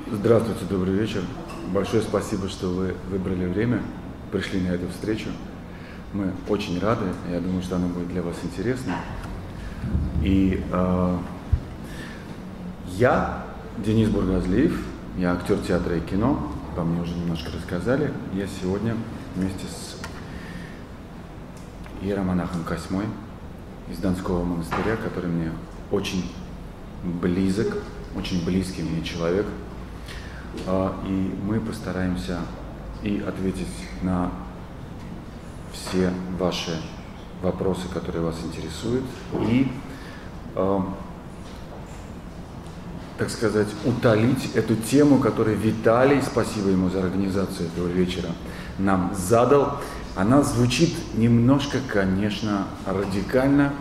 Здравствуйте, добрый вечер. Большое спасибо, что вы выбрали время, пришли на эту встречу. Мы очень рады, я думаю, что она будет для вас интересна. И я Денис Бургазлиев, я актер театра и кино, по мне уже немножко рассказали. Я сегодня вместе с иеромонахом Косьмой из Донского монастыря, который мне очень близок, очень близкий мне человек. И мы постараемся и ответить на все ваши вопросы, которые вас интересуют, и, так сказать, утолить эту тему, которую Виталий, спасибо ему за организацию этого вечера, нам задал. Она звучит немножко, конечно, радикально,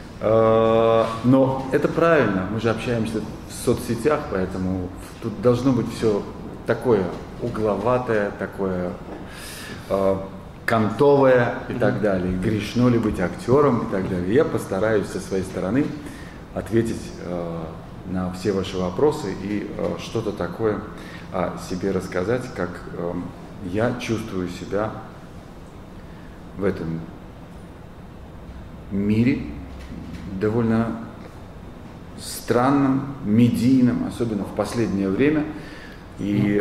но это правильно, мы же общаемся в соцсетях, поэтому тут должно быть все такое угловатое, такое кантовое и так далее. Грешно ли быть актером и так далее. Я постараюсь со своей стороны ответить на все ваши вопросы и что-то такое о себе рассказать, как я чувствую себя в этом мире, довольно странным, медийным, особенно в последнее время, и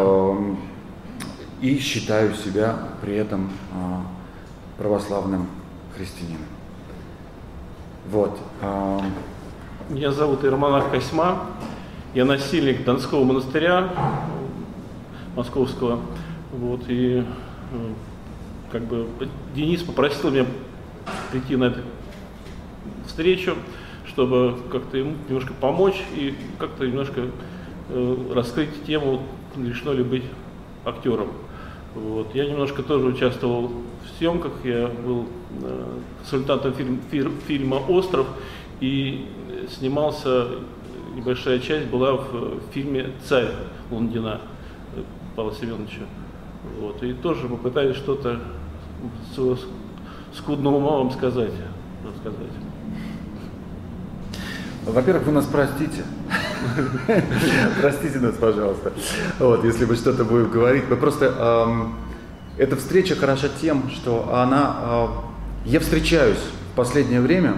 считаю себя при этом православным христианином. Вот. Меня зовут иеромонах Косьма, я насельник Донского монастыря московского, вот, и как бы Денис попросил меня прийти на эту встречу, чтобы как-то ему немножко помочь и как-то немножко раскрыть тему, грешно ли быть актером. Вот. Я немножко тоже участвовал в съемках, я был консультантом фильма «Остров» и снимался, небольшая часть была в фильме «Царь» Лундина Павла Семеновича. Вот. И тоже попытались что-то скудным умом сказать, рассказать. Во-первых, вы нас простите. Простите нас, пожалуйста. Вот, если мы что-то будем говорить. Мы просто эта встреча хороша тем, что она. Я встречаюсь в последнее время.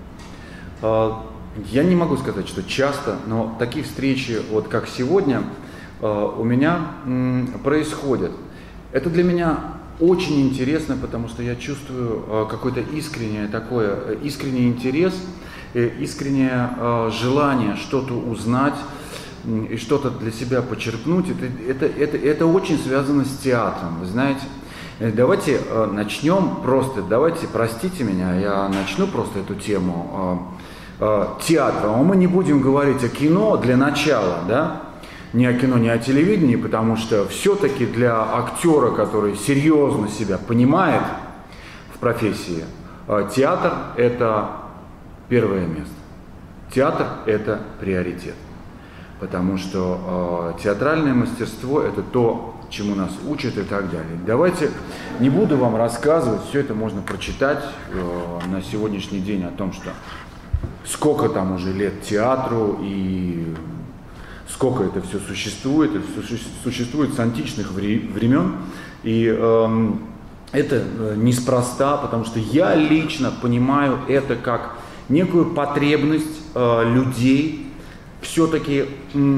Я не могу сказать, что часто, но такие встречи, вот как сегодня, у меня происходят. Это для меня очень интересно, потому что я чувствую какой-то искренний интерес, искреннее желание что-то узнать и что-то для себя почерпнуть. Это очень связано с театром, вы знаете. Давайте начнем просто, простите меня, я начну просто эту тему театра. Мы не будем говорить о кино для начала, да? Не о кино, не о телевидении, потому что все-таки для актера, который серьезно себя понимает в профессии, театр – это первое место. Театр – это приоритет, потому что театральное мастерство – это то, чему нас учат и так далее. Давайте, не буду вам рассказывать, все это можно прочитать на сегодняшний день о том, что сколько там уже лет театру и сколько это все существует с античных времен, и это неспроста, потому что я лично понимаю это как некую потребность людей все-таки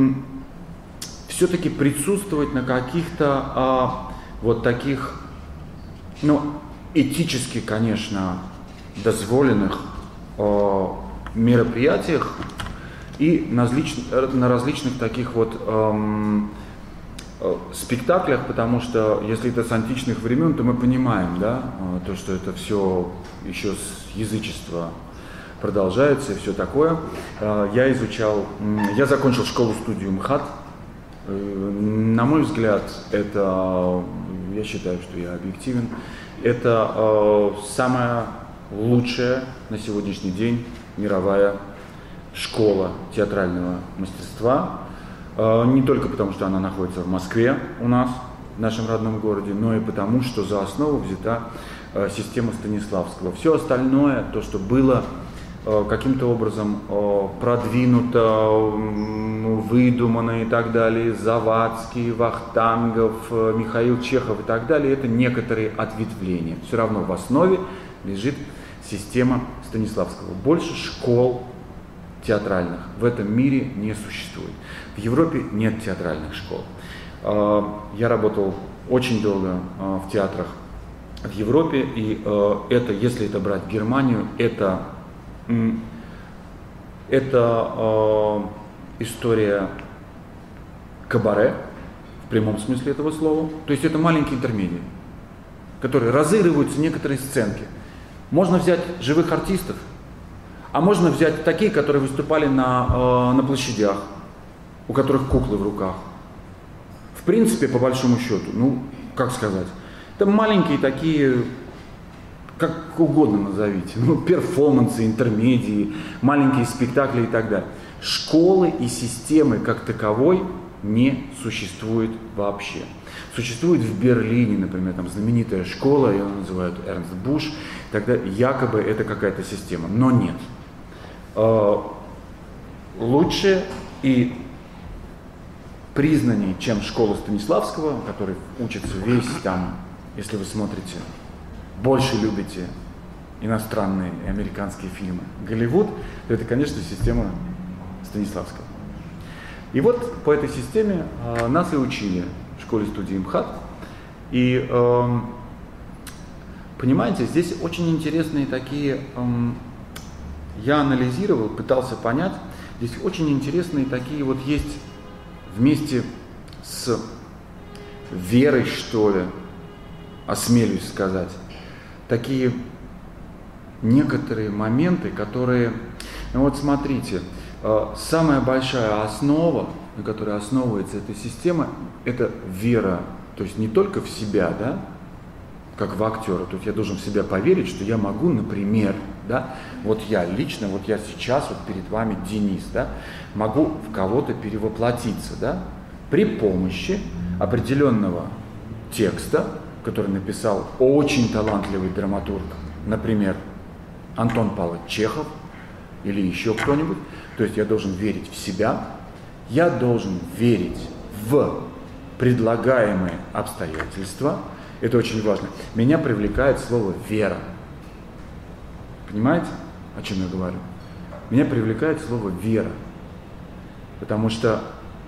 присутствовать на каких-то вот таких, этически, конечно, дозволенных мероприятиях и на различных таких вот спектаклях, потому что если это с античных времен, то мы понимаем, да, то, что это все еще с язычества продолжается и все такое. Я закончил школу-студию МХАТ. На мой взгляд, я считаю, что я объективен, это самая лучшая на сегодняшний день мировая школа театрального мастерства. Не только потому, что она находится в Москве у нас, в нашем родном городе, но и потому, что за основу взята система Станиславского. Все остальное, то, что было каким-то образом продвинуто, выдумано и так далее, Завадский, Вахтангов, Михаил Чехов и так далее, это некоторые ответвления. Все равно в основе лежит система Станиславского. Больше школ театральных в этом мире не существует. В Европе нет театральных школ. Я работал очень долго в театрах в Европе, и это, если это брать Германию, это история кабаре, в прямом смысле этого слова. То есть это маленькие интермедии, которые разыгрываются некоторые сценки. Можно взять живых артистов, а можно взять такие, которые выступали на площадях, у которых куклы в руках. В принципе, по большому счету, ну, как сказать, это маленькие такие, как угодно назовите, ну, перформансы, интермедии, маленькие спектакли и так далее. Школы и системы как таковой не существует вообще. Существует в Берлине, например, там знаменитая школа, ее называют Эрнст Буш, тогда якобы это какая-то система, но нет. Лучше и признаннее, чем школа Станиславского, который учится весь там, если вы смотрите, больше любите иностранные и американские фильмы, Голливуд, то это, конечно, система Станиславского. И вот по этой системе нас и учили в школе-студии МХАТ. И понимаете, здесь очень интересные такие, я анализировал, пытался понять, здесь очень интересные такие вот есть вместе с верой, что ли, осмелюсь сказать, такие некоторые моменты, которые, ну вот смотрите, самая большая основа, на которой основывается эта система, это вера, то есть не только в себя, да, как в актера, то есть я должен в себя поверить, что я могу, например, да, вот я лично, вот я сейчас вот перед вами Денис, да, могу в кого-то перевоплотиться, да, при помощи определенного текста, который написал очень талантливый драматург, например, Антон Павлович Чехов или еще кто-нибудь. То есть я должен верить в себя, я должен верить в предлагаемые обстоятельства. Это очень важно. Меня привлекает слово «вера». Понимаете, о чем я говорю? Меня привлекает слово «вера», потому что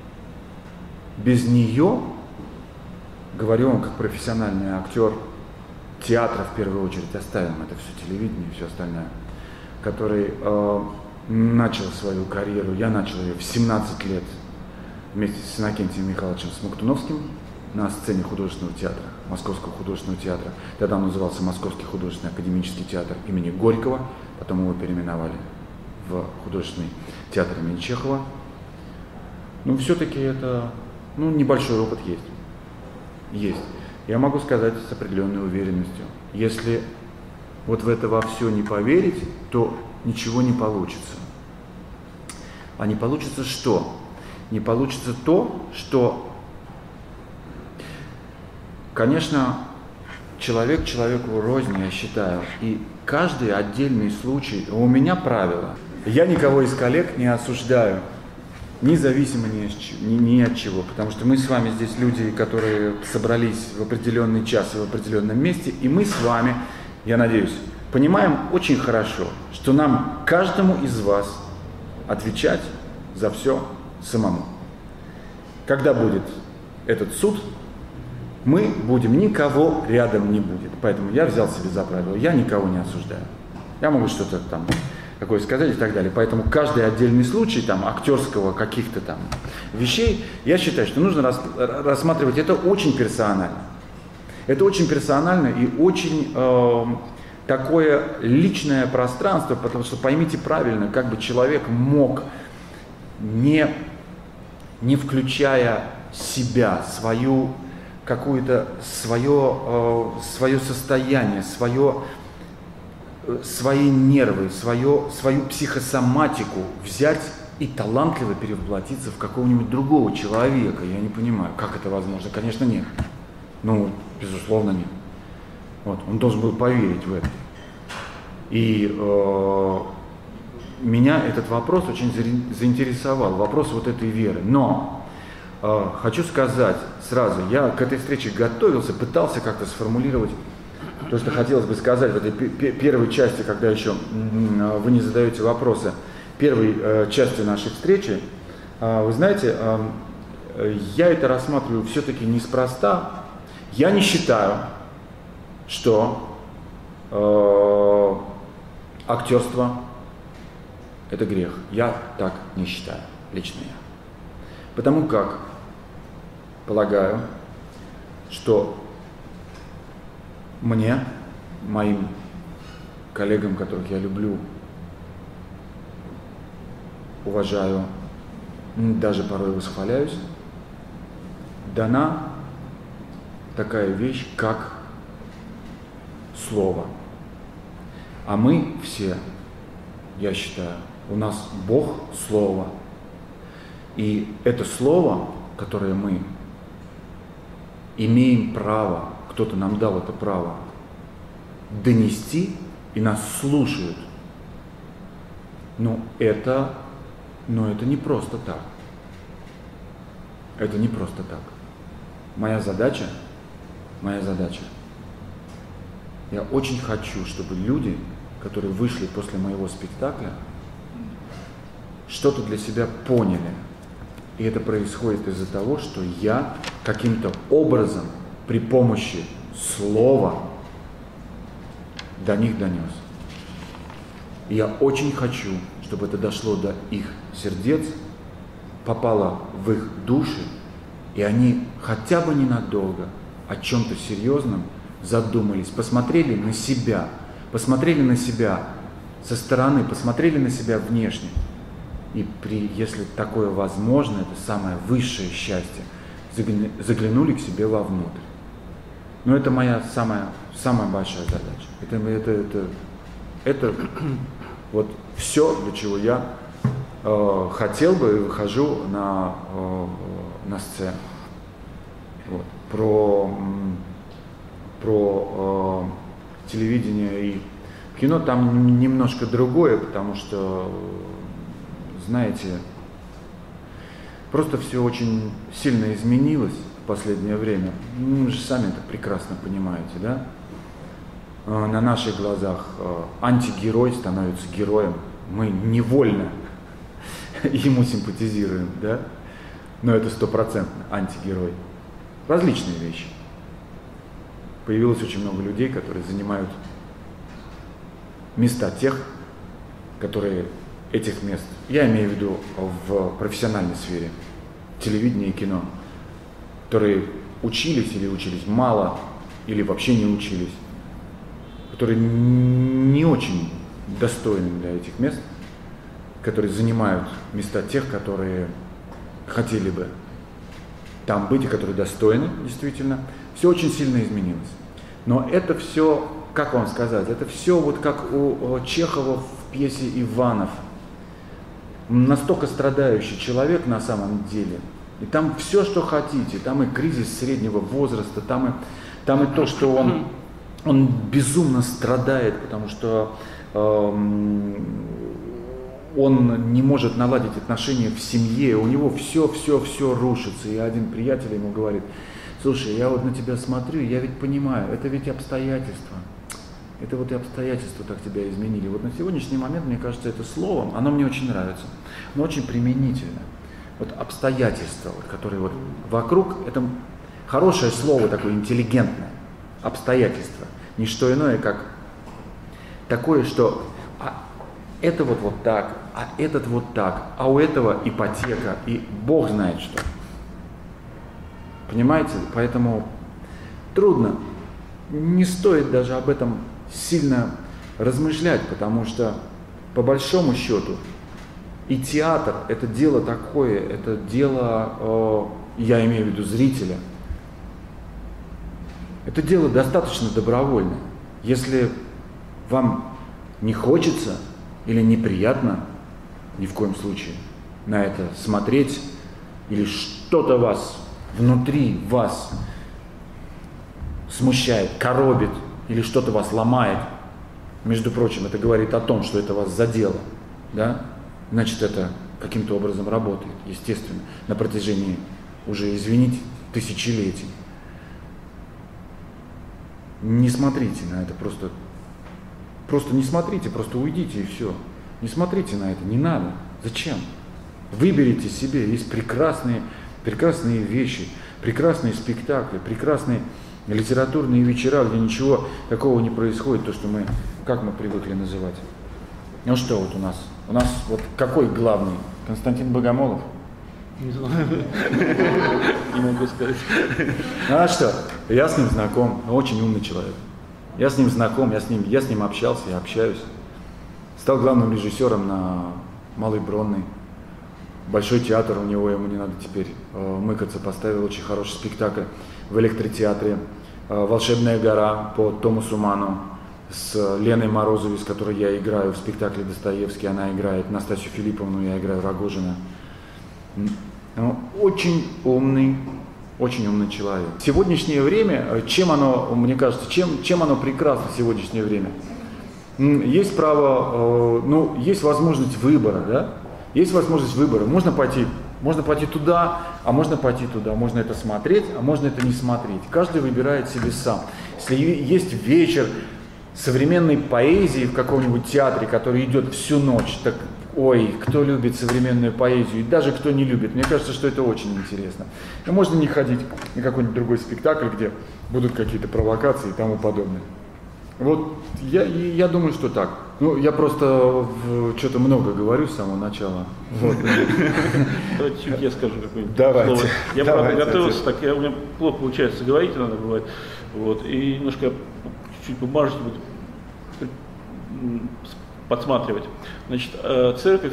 без нее, говорю вам как профессиональный актер театра в первую очередь, оставим это все телевидение и все остальное, который начал свою карьеру, я начал ее в 17 лет вместе с Иннокентием Михайловичем Смоктуновским на сцене художественного театра, Московского художественного театра. Тогда он назывался Московский художественный академический театр имени Горького, потом его переименовали в художественный театр имени Чехова. Ну, все-таки это, ну, небольшой опыт есть. Есть. Я могу сказать с определенной уверенностью, если вот в это во все не поверить, то ничего не получится. А не получится что? Не получится то, что, конечно, человек человеку рознь, я считаю, и каждый отдельный случай, у меня правило, я никого из коллег не осуждаю, независимо ни от чего, потому что мы с вами здесь люди, которые собрались в определенный час и в определенном месте, и мы с вами, я надеюсь, понимаем очень хорошо, что нам, каждому из вас, отвечать за все самому. Когда будет этот суд, мы будем, никого рядом не будет. Поэтому я взял себе за правило, я никого не осуждаю. Я могу что-то там такое сказать и так далее. Поэтому каждый отдельный случай там актерского каких-то там вещей, я считаю, что нужно рассматривать это очень персонально. Это очень персонально и очень такое личное пространство, потому что поймите правильно, как бы человек мог, не включая себя, свою какое-то свое состояние, свои нервы, свою психосоматику взять и талантливо перевоплотиться в какого-нибудь другого человека. Я не понимаю, как это возможно. Конечно, нет. Ну, безусловно, нет. Вот, он должен был поверить в это. И меня этот вопрос очень заинтересовал, вопрос вот этой веры. Но хочу сказать сразу, я к этой встрече готовился, пытался как-то сформулировать то, что хотелось бы сказать в этой первой части, когда еще вы не задаете вопросы, первой части нашей встречи. Вы знаете, я это рассматриваю все-таки неспроста. Я не считаю, что актерство – это грех. Я так не считаю, лично я. Потому как полагаю, что мне, моим коллегам, которых я люблю, уважаю, даже порой восхваляюсь, дана такая вещь, как слово. А мы все, я считаю, у нас Бог – Слово. И это Слово, которое мы имеем право, кто-то нам дал это право, донести, и нас слушают. Но это не просто так. Это не просто так. Моя задача, я очень хочу, чтобы люди, которые вышли после моего спектакля, что-то для себя поняли. И это происходит из-за того, что я каким-то образом при помощи слова до них донес. И я очень хочу, чтобы это дошло до их сердец, попало в их души, и они хотя бы ненадолго о чем-то серьезном задумались, посмотрели на себя со стороны, посмотрели на себя внешне. И если такое возможно, это самое высшее счастье, заглянули к себе вовнутрь. Но это моя самая большая задача. Это вот все, для чего я хотел бы и выхожу на сцену. Вот. Про телевидение и кино там немножко другое, потому что, знаете, просто все очень сильно изменилось в последнее время. Вы же сами это прекрасно понимаете, да? На наших глазах антигерой становится героем. Мы невольно ему симпатизируем, да? Но это 100% антигерой. Различные вещи. Появилось очень много людей, которые занимают места тех, которые этих мест, я имею в виду в профессиональной сфере, телевидение и кино, которые учились или учились мало, или вообще не учились, которые не очень достойны для этих мест, которые занимают места тех, которые хотели бы там быть и которые достойны, действительно. Все очень сильно изменилось. Но это все, как вам сказать, это все вот как у Чехова в пьесе «Иванов». Настолько страдающий человек на самом деле. И там все, что хотите. Там и кризис среднего возраста, там и то, что он безумно страдает, потому что он не может наладить отношения в семье, у него все рушится. И один приятель ему говорит: слушай, я вот на тебя смотрю, я ведь понимаю, это ведь обстоятельства. Это вот и обстоятельства так тебя изменили. Вот на сегодняшний момент, мне кажется, это слово, оно мне очень нравится, но очень применительно. Вот обстоятельства, вот, которые вот вокруг, это хорошее слово такое, интеллигентное. Обстоятельства. Не что иное, как такое, что это вот так, а этот вот так, а у этого ипотека, и Бог знает что. Понимаете? Поэтому трудно. Не стоит даже об этом сильно размышлять, потому что, по большому счету, и театр – это дело такое, это дело, я имею в виду зрителя, это дело достаточно добровольное. Если вам не хочется или неприятно, ни в коем случае, на это смотреть, или что-то вас, внутри вас смущает, коробит, или что-то вас ломает, между прочим, это говорит о том, что это вас задело, да, значит, это каким-то образом работает, естественно, на протяжении уже, извините, тысячелетий. Не смотрите на это, просто не смотрите, просто уйдите и все. Не смотрите на это, не надо. Зачем? Выберите себе, есть прекрасные вещи, прекрасные спектакли, прекрасные литературные вечера, где ничего такого не происходит, то, что как мы привыкли называть. Ну что вот у нас вот какой главный? Константин Богомолов? Не знаю, не могу сказать. Ну а что, я с ним знаком, очень умный человек. Я с ним знаком, я с ним общался, я общаюсь. Стал главным режиссером на Малой Бронной. Большой театр у него, ему не надо теперь мыкаться, поставил очень хороший спектакль в электротеатре. «Волшебная гора» по Томасу Ману с Леной Морозовой, с которой я играю в спектакле «Достоевский», она играет Настасью Филипповну, я играю Рогожина. Очень умный человек. Сегодняшнее время, чем оно, мне кажется, чем оно прекрасно сегодняшнее время? Есть право, есть возможность выбора, да? Есть возможность выбора. Можно пойти туда, а можно пойти туда. Можно это смотреть, а можно это не смотреть. Каждый выбирает себе сам. Если есть вечер современной поэзии в каком-нибудь театре, который идет всю ночь, так, кто любит современную поэзию, и даже кто не любит, мне кажется, что это очень интересно. И можно не ходить на какой-нибудь другой спектакль, где будут какие-то провокации и тому подобное. Вот я думаю, что так. Я просто что-то много говорю с самого начала. Давайте чуть я скажу какое-нибудь слово. Я правда готовился, так у меня плохо получается говорить, иногда бывает. И немножко чуть-чуть бумажки буду подсматривать. Значит, церковь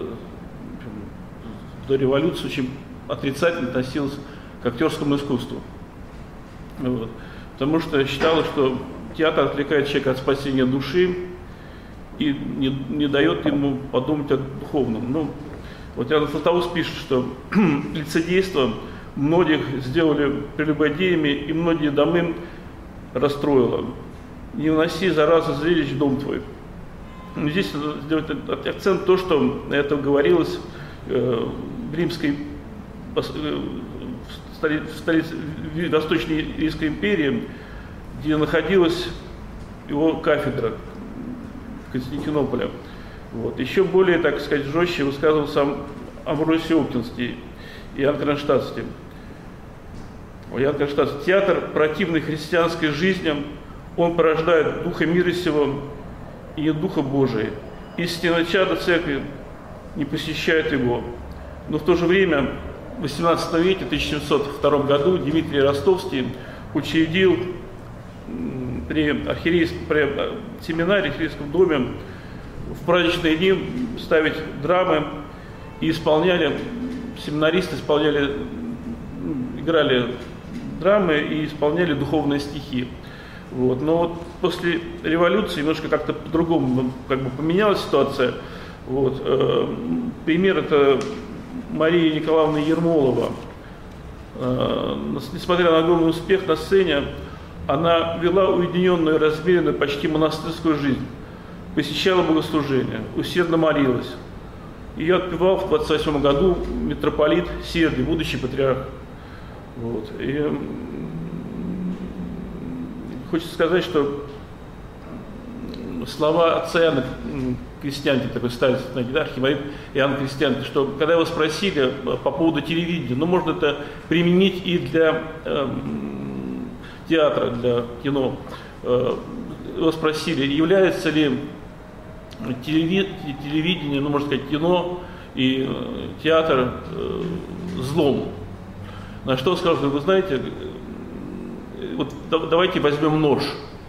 до революции очень отрицательно относилась к актерскому искусству. Потому что считала, что театр отвлекает человека от спасения души и не дает ему подумать о духовном. Иоанн Златоуст пишет, что лицедейство многих сделали прелюбодеями, и многие домы расстроило. Не вноси заразы зрелищ в дом твой. Здесь сделать акцент то, что это говорилось в римской столице Восточной Римской империи, где находилась его кафедра в Константинополе. Еще более, так сказать, жестче высказывался Амвросий Оптинский и Иоанн Кронштадтский. Театр противный христианской жизни, он порождает духа мира сего и не духа Божия. Истинное чадо церкви не посещает его. Но в то же время в XVIII веке, в 1702 году, Дмитрий Ростовский учредил при семинаре, в архиерейском доме, в праздничные дни ставить драмы, и семинаристы играли драмы и исполняли духовные стихи. Но после революции немножко как-то по-другому поменялась ситуация. Пример — это Мария Николаевна Ермолова. Несмотря на огромный успех на сцене, она вела уединенную, размеренную, почти монастырскую жизнь, посещала богослужения, усердно молилась. Ее отпевал в 1928 году митрополит Сергий, будущий патриарх. И хочется сказать, что слова отца Иоанна Крестьянки, такой старец, архимандрит Иоанн Крестьянки, что когда его спросили по поводу телевидения, можно это применить и для театра, для кино. Его спросили, является ли телевидение, можно сказать, кино и театр злом. На что он сказал, вы знаете, давайте возьмем нож.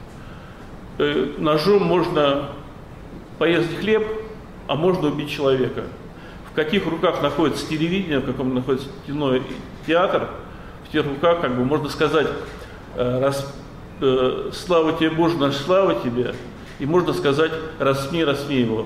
Ножом можно порезать хлеб, а можно убить человека. В каких руках находится телевидение, в каком находится кино и театр, в тех руках можно сказать, слава тебе, Боже наш, слава тебе, и можно сказать, рассмей его.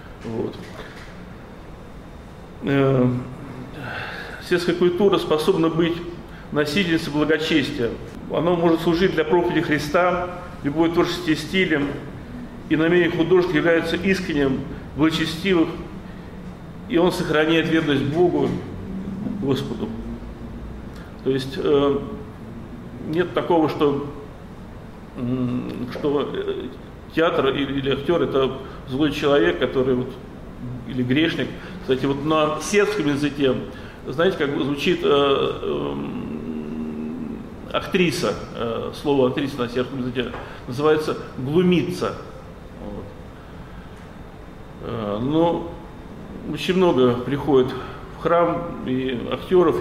Светская культура способна быть носительницей благочестия. Она может служить для проповеди Христа, любой творческий стилем, и намерение художника является искренним, благочестивых, и он сохраняет верность Богу, Господу. То есть нет такого, что театр или актер — это злой человек, который вот, или грешник. Кстати, вот на сербском языке, знаете, как звучит актриса, слово актриса на сербском языке, называется глумиться. Вот. Но очень много приходит в храм и актеров,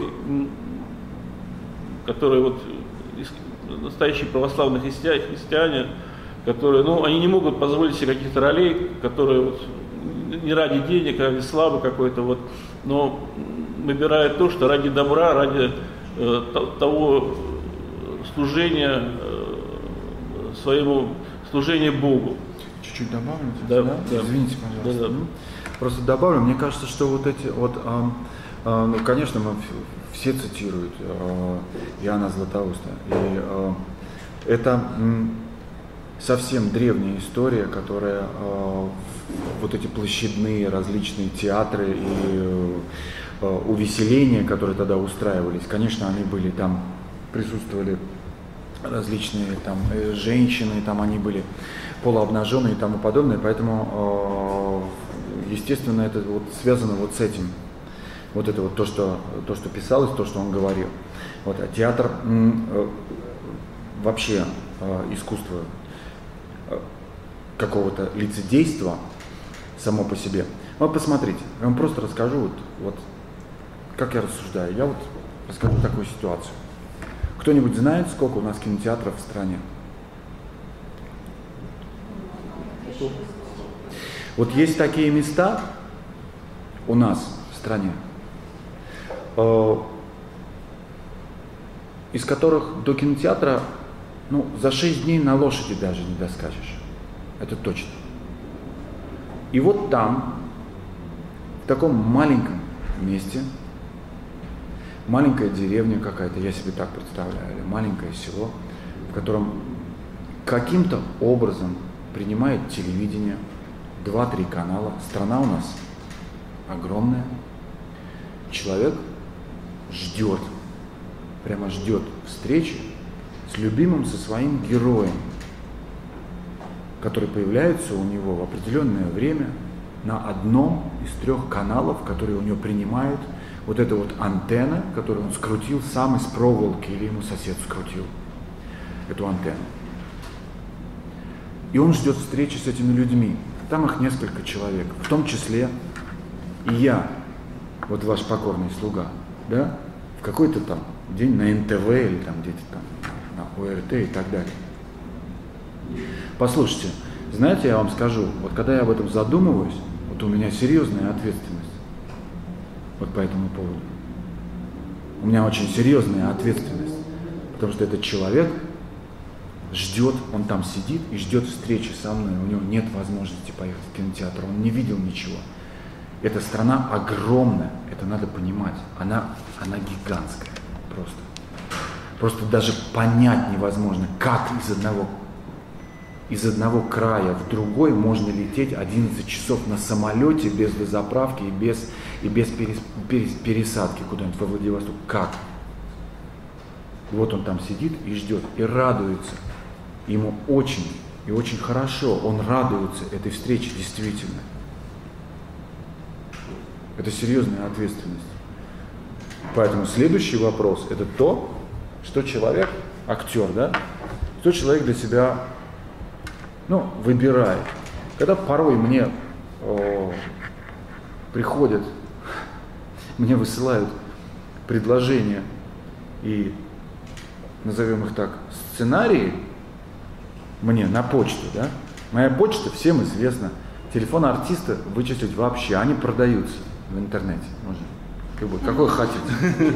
которые вот настоящие православные христиане, которые, ну, они не могут позволить себе каких-то ролей, которые вот не ради денег, ради славы какой-то, вот, но выбирают то, что ради добра, ради того служения, своему служению Богу. Чуть-чуть добавлю? Да, да? Да. Извините, пожалуйста. Да. Просто добавлю, мне кажется, что вот эти вот, ну, конечно, мы все цитируют Иоанна Златоуста, и это совсем древняя история, которая вот эти площадные различные театры и увеселения, которые тогда устраивались, конечно, они были там, присутствовали различные там женщины, там они были полуобнаженные и тому подобное, поэтому, естественно, это вот связано вот с этим. Вот это вот то, что писалось, то, что он говорил. Вот, а театр вообще искусство какого-то лицедейства само по себе. Вот посмотрите, я вам просто расскажу, вот как я рассуждаю. Я вот расскажу такую ситуацию. Кто-нибудь знает, сколько у нас кинотеатров в стране? Вот есть такие места у нас в стране, из которых до кинотеатра, ну, за 6 дней на лошади даже не доскачешь. Это точно. И вот там, в таком маленьком месте, маленькая деревня какая-то, я себе так представляю, или маленькое село, в котором каким-то образом принимает телевидение, 2-3 канала. Страна у нас огромная. Человек ждет, прямо ждет встречи с любимым, со своим героем, который появляется у него в определенное время на одном из 3 каналов, которые у него принимают. Вот эта вот антенна, которую он скрутил сам из проволоки, или ему сосед скрутил эту антенну. И он ждет встречи с этими людьми. Там их несколько человек, в том числе и я, вот ваш покорный слуга, да, в какой-то там день на НТВ или там где-то там на ОРТ и так далее. Послушайте, знаете, я вам скажу, вот когда я об этом задумываюсь, вот у меня серьезная ответственность вот по этому поводу. У меня очень серьезная ответственность, потому что этот человек ждет, он там сидит и ждет встречи со мной, у него нет возможности поехать в кинотеатр, он не видел ничего. Эта страна огромная, это надо понимать, она гигантская просто. Просто даже понять невозможно, как из одного края в другой можно лететь 11 часов на самолете без дозаправки и без пересадки куда-нибудь во Владивосток. Как? И вот он там сидит и ждет, и радуется. Ему очень и очень хорошо, он радуется этой встрече действительно. Это серьезная ответственность. Поэтому следующий вопрос – это то, что человек, актер, да, что человек для себя, ну, выбирает. Когда порой мне приходят, мне высылают предложения и, назовем их так, сценарии мне на почту, да, моя почта всем известна, телефон артиста вычислить вообще, они продаются в интернете, можно, любой, какой хотите.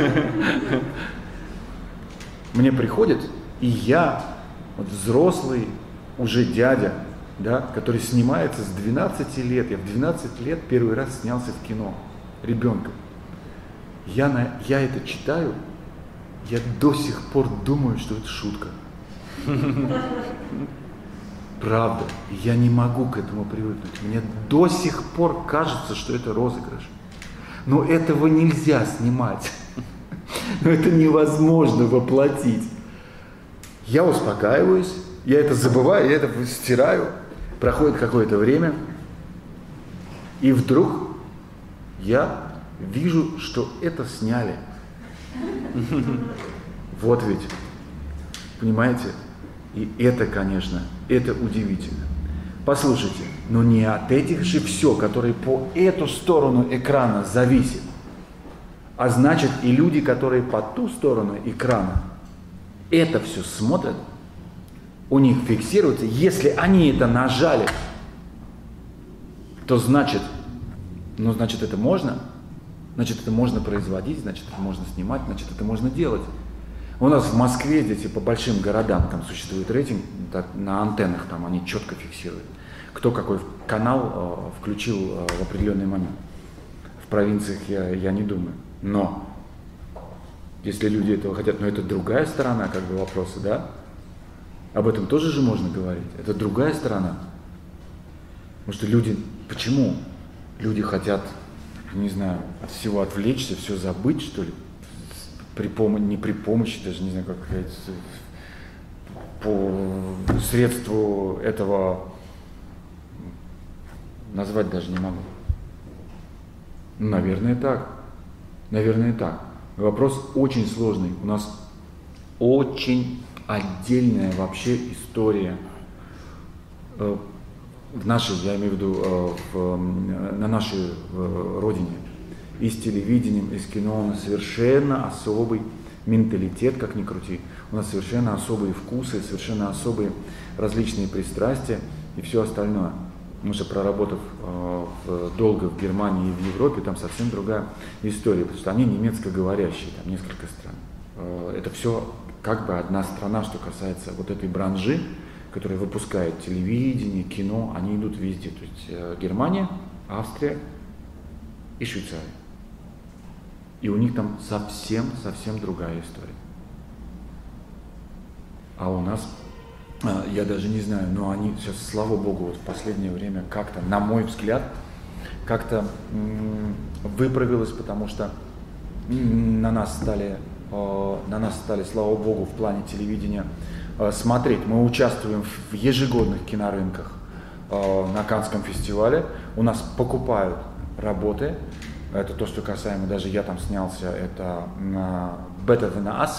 Мне приходит, и я, вот взрослый, уже дядя, да, который снимается с 12 лет. Я в 12 лет первый раз снялся в кино ребенком. Я это читаю, я до сих пор думаю, что это шутка. Правда, я не могу к этому привыкнуть. Мне до сих пор кажется, что это розыгрыш. Но этого нельзя снимать. Но это невозможно воплотить. Я успокаиваюсь, я это забываю, я это стираю. Проходит какое-то время, и вдруг я вижу, что это сняли. Вот ведь, понимаете? И это, конечно, это удивительно. Послушайте, но не от этих же все, которые по эту сторону экрана зависят, а значит и люди, которые по ту сторону экрана это все смотрят, у них фиксируется, если они это нажали, то значит это можно, значит это можно производить, значит это можно снимать, значит это можно делать. У нас в Москве, дети, по большим городам там существует рейтинг, на антеннах там они четко фиксируют, кто какой канал включил в определенный момент. В провинциях я не думаю. Но если люди этого хотят, но это другая сторона как бы вопроса, да? Об этом тоже же можно говорить. Это другая сторона. Потому что люди, почему? Люди хотят, не знаю, от всего отвлечься, все забыть, что ли? Не при помощи, даже не знаю, как сказать, по средству этого назвать даже не могу. Наверное, так. Наверное, так. Вопрос очень сложный. У нас очень отдельная вообще история в нашей, я имею в виду, на нашей родине. И с телевидением, и с кино у нас совершенно особый менталитет, как ни крути. У нас совершенно особые вкусы, совершенно особые различные пристрастия и все остальное. Мы же, проработав долго в Германии и в Европе, там совсем другая история, потому что они немецкоговорящие, там несколько стран. Это все как бы одна страна, что касается вот этой бранжи, которая выпускает телевидение, кино, они идут везде. То есть Германия, Австрия и Швейцария. И у них там совсем другая история. А у нас, я даже не знаю, но они сейчас, слава богу, вот в последнее время как-то, на мой взгляд, как-то выправилось, потому что на нас стали, слава богу, в плане телевидения смотреть. Мы участвуем в ежегодных кинорынках на Каннском фестивале. У нас покупают работы. Это то, что касаемо, даже я там снялся, это Better Than Us,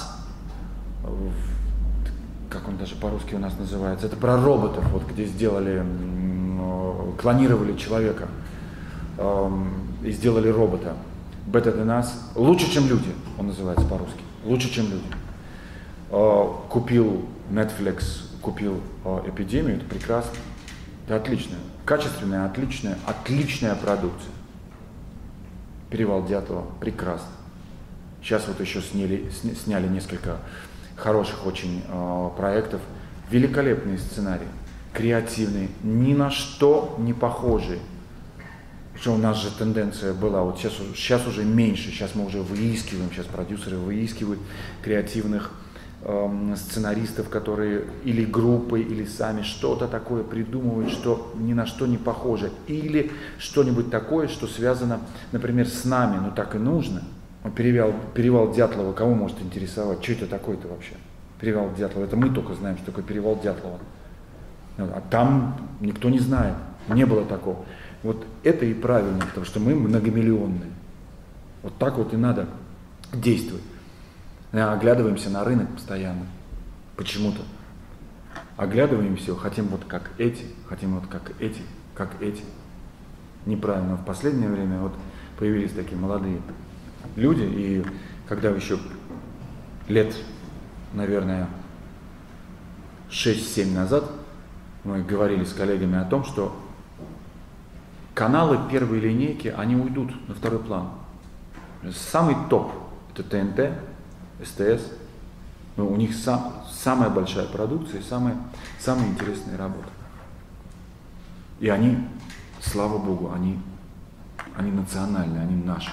как он даже по-русски у нас называется, это про роботов, вот где сделали, клонировали человека и сделали робота. Better Than Us, лучше, чем люди, он называется по-русски, лучше, чем люди. Купил Netflix, купил Эпидемию, это прекрасно, это отлично, качественная, отличная продукция. Перевал Дятлова, прекрасно. Сейчас вот еще сняли несколько хороших очень проектов. Великолепные сценарии, креативные, ни на что не похожие. Что у нас же тенденция была, вот сейчас уже меньше, сейчас мы уже выискиваем, сейчас продюсеры выискивают креативных сценаристов, которые или группой, или сами что-то такое придумывают, что ни на что не похоже, или что-нибудь такое, что связано, например, с нами, но так и нужно. Перевал Дятлова, кого может интересовать, что это такое-то вообще? Перевал Дятлова, это мы только знаем, что такое Перевал Дятлова. А там никто не знает, не было такого. Вот это и правильно, потому что мы многомиллионные. Вот так вот и надо действовать. Оглядываемся на рынок постоянно, почему-то. Оглядываемся, хотим вот как эти, как эти. Неправильно. В последнее время вот появились такие молодые люди, и когда еще лет, наверное, 6-7 назад мы говорили с коллегами о том, что каналы первой линейки, они уйдут на второй план. Самый топ – это ТНТ, СТС, у них самая большая продукция и самые интересные работы. И они, слава богу, они национальные, они наши.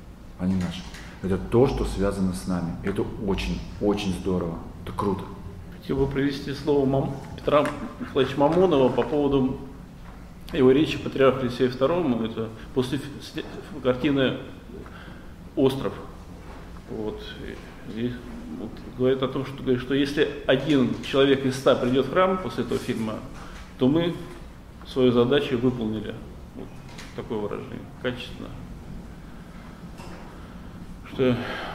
Это то, что связано с нами. Это очень здорово, это круто. хотел бы привести слово Петра Николаевича Мамонова по поводу его речи патриарха Алексея II, это после картины «Остров». Вот. И вот говорит о том, что если один человек из 100 придет в храм после этого фильма, то мы свою задачу выполнили. Вот такое выражение, качественно. Что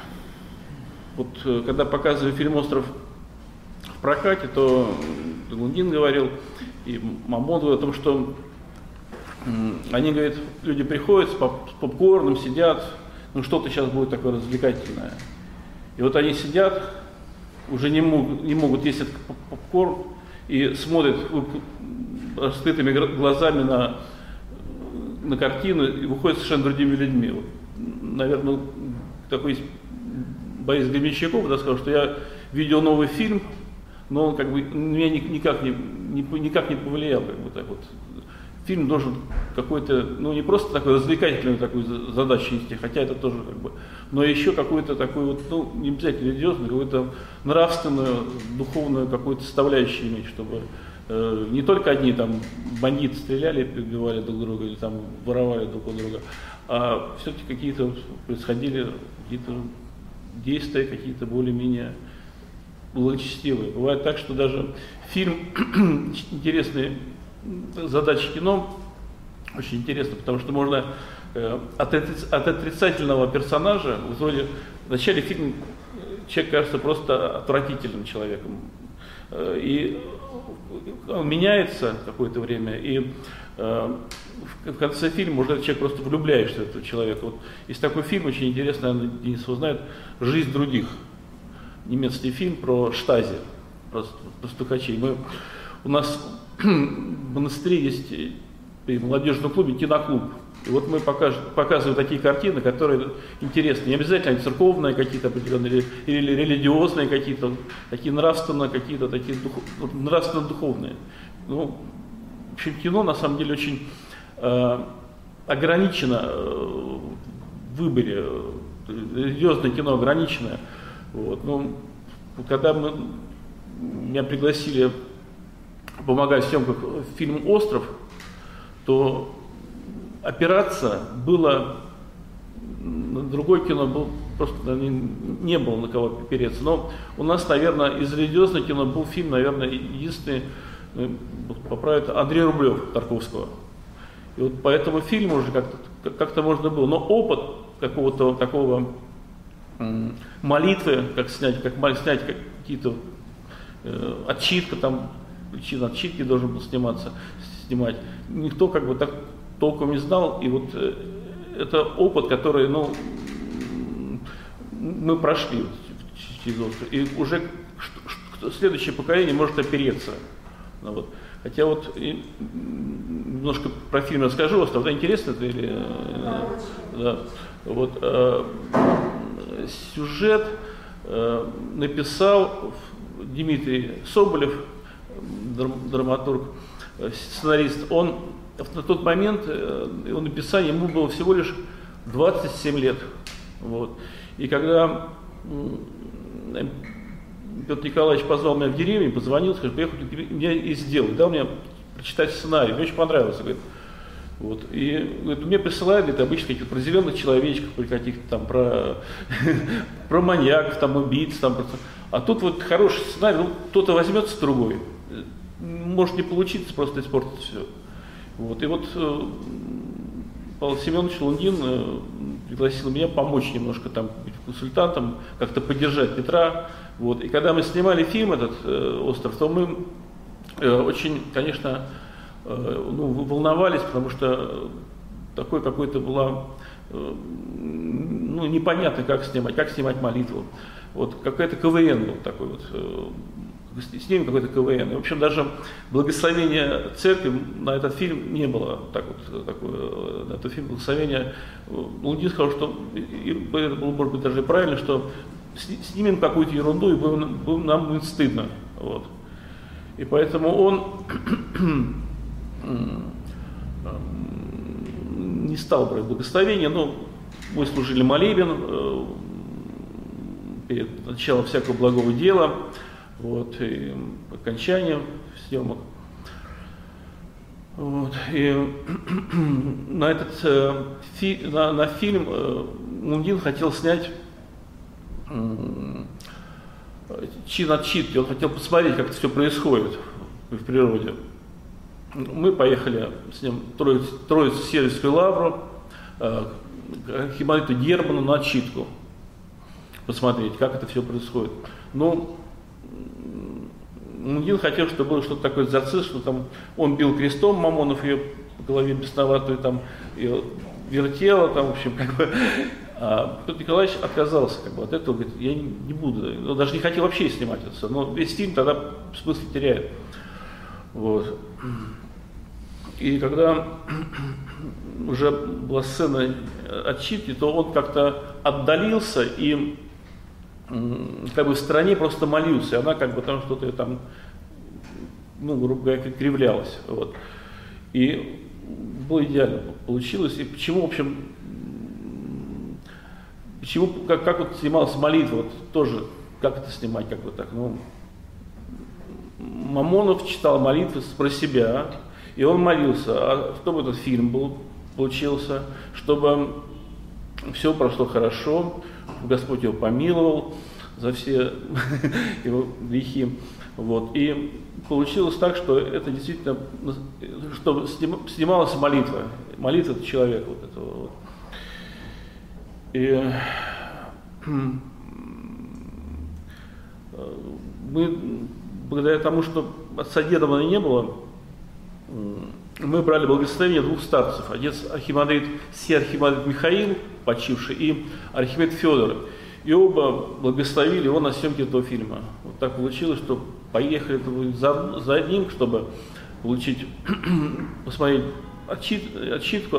вот когда показывали фильм «Остров» в прокате, то Лундин говорил, и Мамон говорил о том, что они, говорят, люди приходят с попкорном, сидят, ну что-то сейчас будет такое развлекательное. И вот они сидят, уже не могут есть этот попкорн и смотрят раскрытыми глазами на картину и выходят совершенно другими людьми. Вот, наверное, такой Борис Гребенщиков сказал, что я видел новый фильм, но он как бы меня никак не повлиял, как бы так вот. Фильм должен какой-то, ну не просто такой развлекательную такую задачу нести, хотя это тоже как бы, но еще какую-то такую вот, ну не обязательно религиозную, какую-то нравственную, духовную какую-то составляющую иметь, чтобы не только одни там бандиты стреляли, убивали друг друга или там воровали друг у друга, а все-таки какие-то происходили какие-то действия, какие-то более-менее благочестивые. Бывает так, что даже фильм интересный. Задача кино очень интересна, потому что можно от отрицательного персонажа, в начале фильма человек кажется просто отвратительным человеком, и он меняется какое-то время, и в конце фильма уже человек просто влюбляешься в этого человека. Вот есть такой фильм, очень интересный, наверное, Денис его знает, «Жизнь других», немецкий фильм про Штази, про стукачей. У нас в монастыре есть при молодежном клубе киноклуб. И вот мы показываем такие картины, которые интересны. Не обязательно церковные какие-то определенные, или религиозные какие-то, такие нравственно, какие-то такие нравственно-духовные. Ну, в общем, кино на самом деле очень ограничено в выборе. Религиозное кино ограничено. Вот. Ну, когда меня пригласили помогать в съемках фильм «Остров», то опираться было на другое кино, просто не было на кого опереться. Но у нас, наверное, из религиозного кино был фильм, наверное, единственный, поправит, Андрей Рублев Тарковского. И вот по этому фильму уже как-то можно было. Но опыт какого-то такого молитвы, как снять какие-то отчитка там, причина отчитки должен был снимать. Никто как бы так толком не знал, и вот это опыт, который, ну, мы прошли через остров, и уже следующее поколение может опереться. Ну, вот. Хотя вот немножко про фильм расскажу, «Остров», да, интересно это или? Да. Вот, сюжет написал Дмитрий Соболев, драматург, сценарист. Он на тот момент, его написание, ему было всего лишь 27 лет. Вот. И когда Петр Николаевич позвал меня в деревню, позвонил, сказал, приехал к мне и сделай, дал мне прочитать сценарий, мне очень понравился. Говорит. Вот. И говорит, мне присылают, говорит, обычно каких-то про зеленых человечков, про каких-то там, про маньяков, там, убийц, там, а тут вот хороший сценарий, ну, кто-то возьмется другой, может не получиться, просто испортить все. Вот. И вот Павел Семенович Лундин пригласил меня помочь немножко там быть консультантом, как-то поддержать Петра. Вот. И когда мы снимали фильм этот «Остров», то мы очень, конечно, волновались, потому что такой какой-то была, ну, непонятно, как снимать молитву. Вот какая-то КВН был такой вот, с ними какой-то КВН. И, в общем, даже благословения церкви на этот фильм не было. На этот фильм благословения. Лундин сказал, что это было, может быть, даже правильно, что снимем какую-то ерунду, и нам будет стыдно. Вот. И поэтому он не стал брать благословения, но мы служили молебен перед началом всякого благого дела. вот, и окончание съемок. Вот, и на этот на фильм Мундин хотел снять отчитки, он хотел посмотреть, как это все происходит в природе. Мы поехали с ним Троицу-Сергиевскую лавру, к архимандриту Герману на отчитку, посмотреть, как это все происходит. Но Мундин хотел, чтобы было что-то такое экзорцист, что там он бил крестом Мамонов ее по голове бесноватую, там ее вертело, там, в общем, как бы. А Петр Николаевич отказался как бы от этого, говорит, я не буду, он даже не хотел вообще снимать это, но весь фильм тогда смысл теряет. Вот. И когда уже была сцена отчитки, то он как-то отдалился и как бы в стороне просто молился, и она как бы там что-то там, ну, грубо говоря, кривлялась. Вот. И было идеально получилось. И почему, в общем, как вот снималась молитва, вот тоже, как это снимать, как бы так, ну, Мамонов читал молитвы про себя, и он молился, чтобы этот фильм получился, чтобы все прошло хорошо, Господь его помиловал за все его грехи. Вот. И получилось так, что это действительно, что снималась молитва человека вот этого. Вот. И мы, благодаря тому, что отца Дедова не было, мы брали благословение двух старцев. Отец архимандрит, архимандрит Михаил, почивший, и архимандрит Федор. И оба благословили его на съемке этого фильма. Вот так получилось, что поехали за одним, чтобы посмотреть отчитку,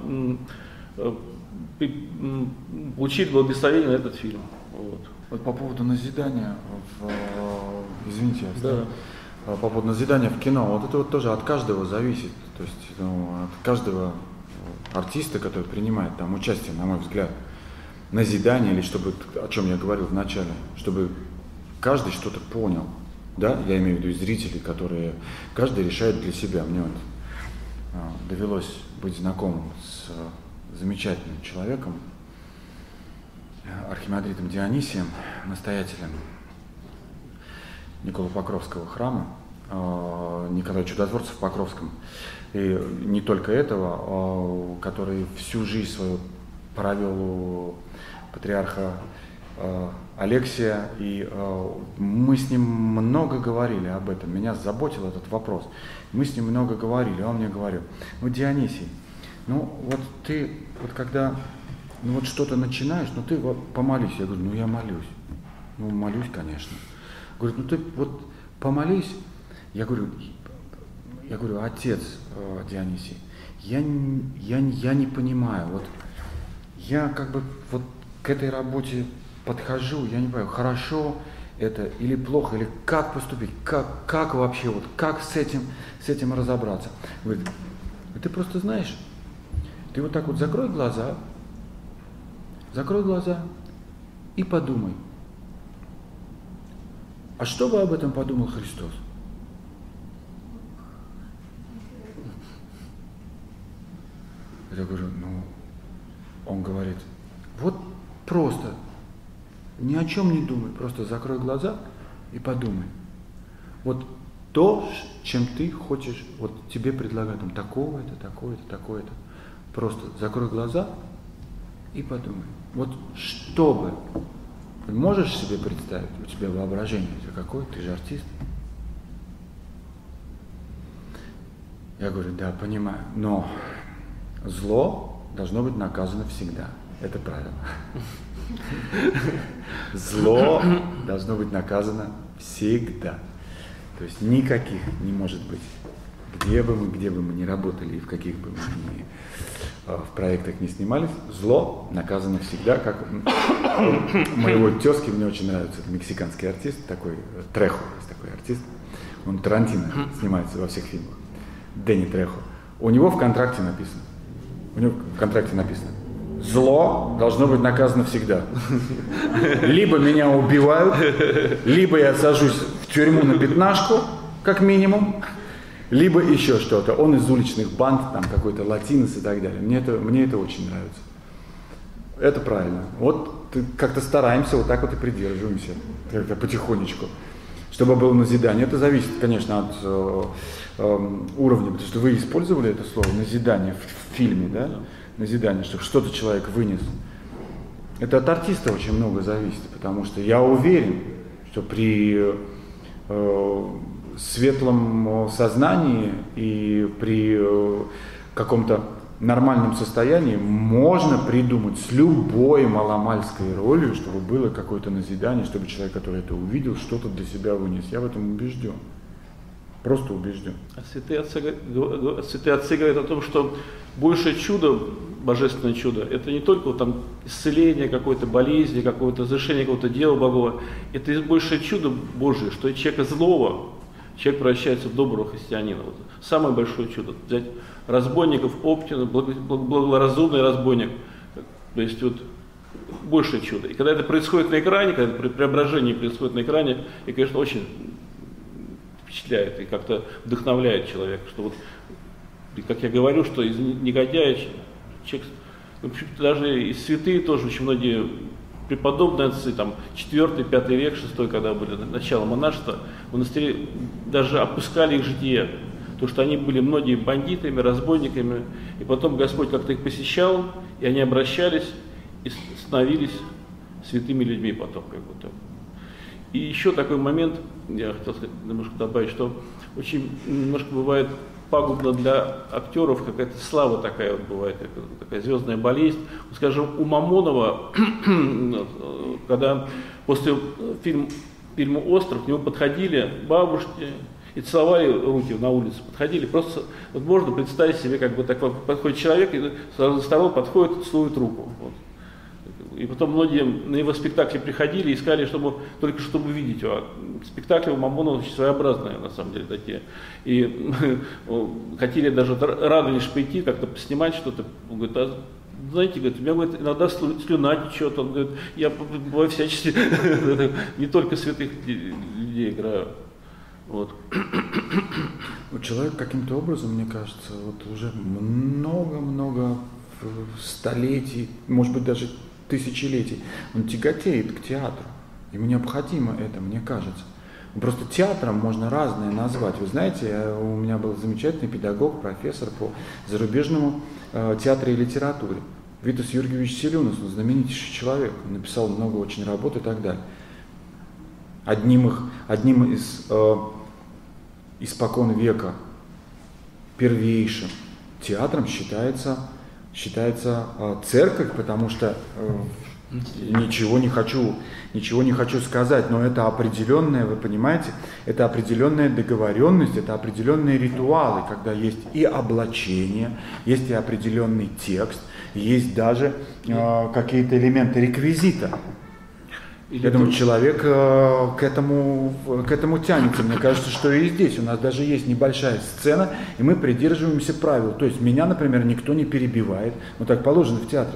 получить благословение на этот фильм. Вот. Вот по поводу назидания, извините, да. По поводу назидания в кино, вот это вот тоже от каждого зависит, то есть от каждого артиста, который принимает там участие, на мой взгляд, назидание, или чтобы, о чем я говорил в начале, чтобы каждый что-то понял, да, я имею в виду и зрители, которые, каждый решает для себя. Мне вот довелось быть знакомым с замечательным человеком, архимандритом Дионисием, настоятелем Николо-Покровского храма, Николая Чудотворца в Покровском. И не только этого, который всю жизнь свою провел у патриарха Алексия, и мы с ним много говорили об этом, меня заботил этот вопрос. Мы с ним много говорили, он мне говорил, ну, Дионисий, ну вот ты, вот когда ну вот что-то начинаешь, ну ты вот помолись. Я говорю, ну я молюсь. Ну молюсь, конечно. Говорит, ну ты вот помолись. Я говорю, отец Дионисий, я не понимаю, вот я как бы вот к этой работе подхожу, я не понимаю, хорошо это или плохо, или как поступить, как вообще, вот как с этим разобраться. Говорит, ты просто знаешь, ты вот так вот закрой глаза и подумай, а что бы об этом подумал Христос? Я говорю, ну, он говорит, вот просто, ни о чем не думай, просто закрой глаза и подумай. Вот то, чем ты хочешь, вот тебе предлагают, там, такое-то, такое-то, такое-то. Просто закрой глаза и подумай. Вот что бы, ты можешь себе представить, у тебя воображение, какое, ты же артист. Я говорю, да, понимаю, но зло должно быть наказано всегда. Это правило. Зло должно быть наказано всегда. То есть никаких не может быть. Где бы мы ни работали и в каких бы мы ни в проектах не снимались, зло наказано всегда. Как моего тезки, мне очень нравится, это мексиканский артист, такой Трехо, есть такой артист. Он Тарантино снимается во всех фильмах. Дэнни Трехо. У него в контракте написано, Зло должно быть наказано всегда. Либо меня убивают, либо я сажусь в тюрьму на пятнашку, как минимум, либо еще что-то. Он из уличных банд, там какой-то латинос и так далее. Мне это очень нравится. Это правильно. Вот как-то стараемся, вот так вот и придерживаемся, как-то потихонечку, чтобы было назидание. Это зависит, конечно, от уровня, потому что вы использовали это слово «назидание» в фильме, да? Назидание, чтобы что-то человек вынес. Это от артиста очень много зависит, потому что я уверен, что при светлом сознании и при каком-то нормальном состоянии можно придумать с любой маломальской ролью, чтобы было какое-то назидание, чтобы человек, который это увидел, что-то для себя вынес. Я в этом убежден. Просто убежден. А святые отцы говорят о том, что большее чудо, божественное чудо, это не только вот там исцеление какой-то болезни, какое-то завершение какого-то дела Богова, это большее чудо Божие, что из человека злого человек превращается в доброго христианина. Вот. Самое большое чудо. Взять разбойников, Оптина, благоразумный разбойник, то есть вот большее чудо. И когда это происходит на экране, когда это преображение происходит на экране, и, конечно, очень впечатляет и как-то вдохновляет человека, что вот, как я говорю, что из негодяя человек, даже и святые тоже очень многие преподобные отцы, там 4-5 век, 6, когда были начало монашества, монастыри даже опускали их житие, потому что они были многие бандитами, разбойниками, и потом Господь как-то их посещал, и они обращались и становились святыми людьми потом, как будто. И еще такой момент, я хотел немножко добавить, что очень немножко бывает пагубно для актеров, какая-то слава такая вот бывает, такая звездная болезнь. Скажем, у Мамонова, когда после фильма «Остров» к нему подходили бабушки и целовали руки на улице, подходили, просто вот можно представить себе, как бы такой подходит человек, и со сторон подходит и целует руку. Вот. И потом многие на его спектакли приходили и искали, только чтобы видеть его. Спектакли у Мамонова очень своеобразные, на самом деле, такие. И хотели даже Радонеж пойти, как-то поснимать что-то. Он говорит, а знаете, говорит, у меня говорит, иногда слюна течет. Он говорит, я бываю всячески, не только святых людей играю. Вот. Человек каким-то образом, мне кажется, вот уже много-много столетий, может быть, даже тысячелетий, он тяготеет к театру. Ему необходимо это, мне кажется. Просто театром можно разное назвать. Вы знаете, у меня был замечательный педагог, профессор по зарубежному театру и литературе. Витас Юрьевич Селюнас, он знаменитейший человек, он написал много очень работ и так далее. Одним из испокон века первейшим театром считается церковь, потому что ничего не хочу сказать, но это определенная, вы понимаете, это определенная договоренность, это определенные ритуалы, когда есть и облачение, есть и определенный текст, есть даже какие-то элементы реквизита. Я думаю, человек к этому тянется. Мне кажется, что и здесь у нас даже есть небольшая сцена, и мы придерживаемся правил. То есть меня, например, никто не перебивает. Ну так положено в театре.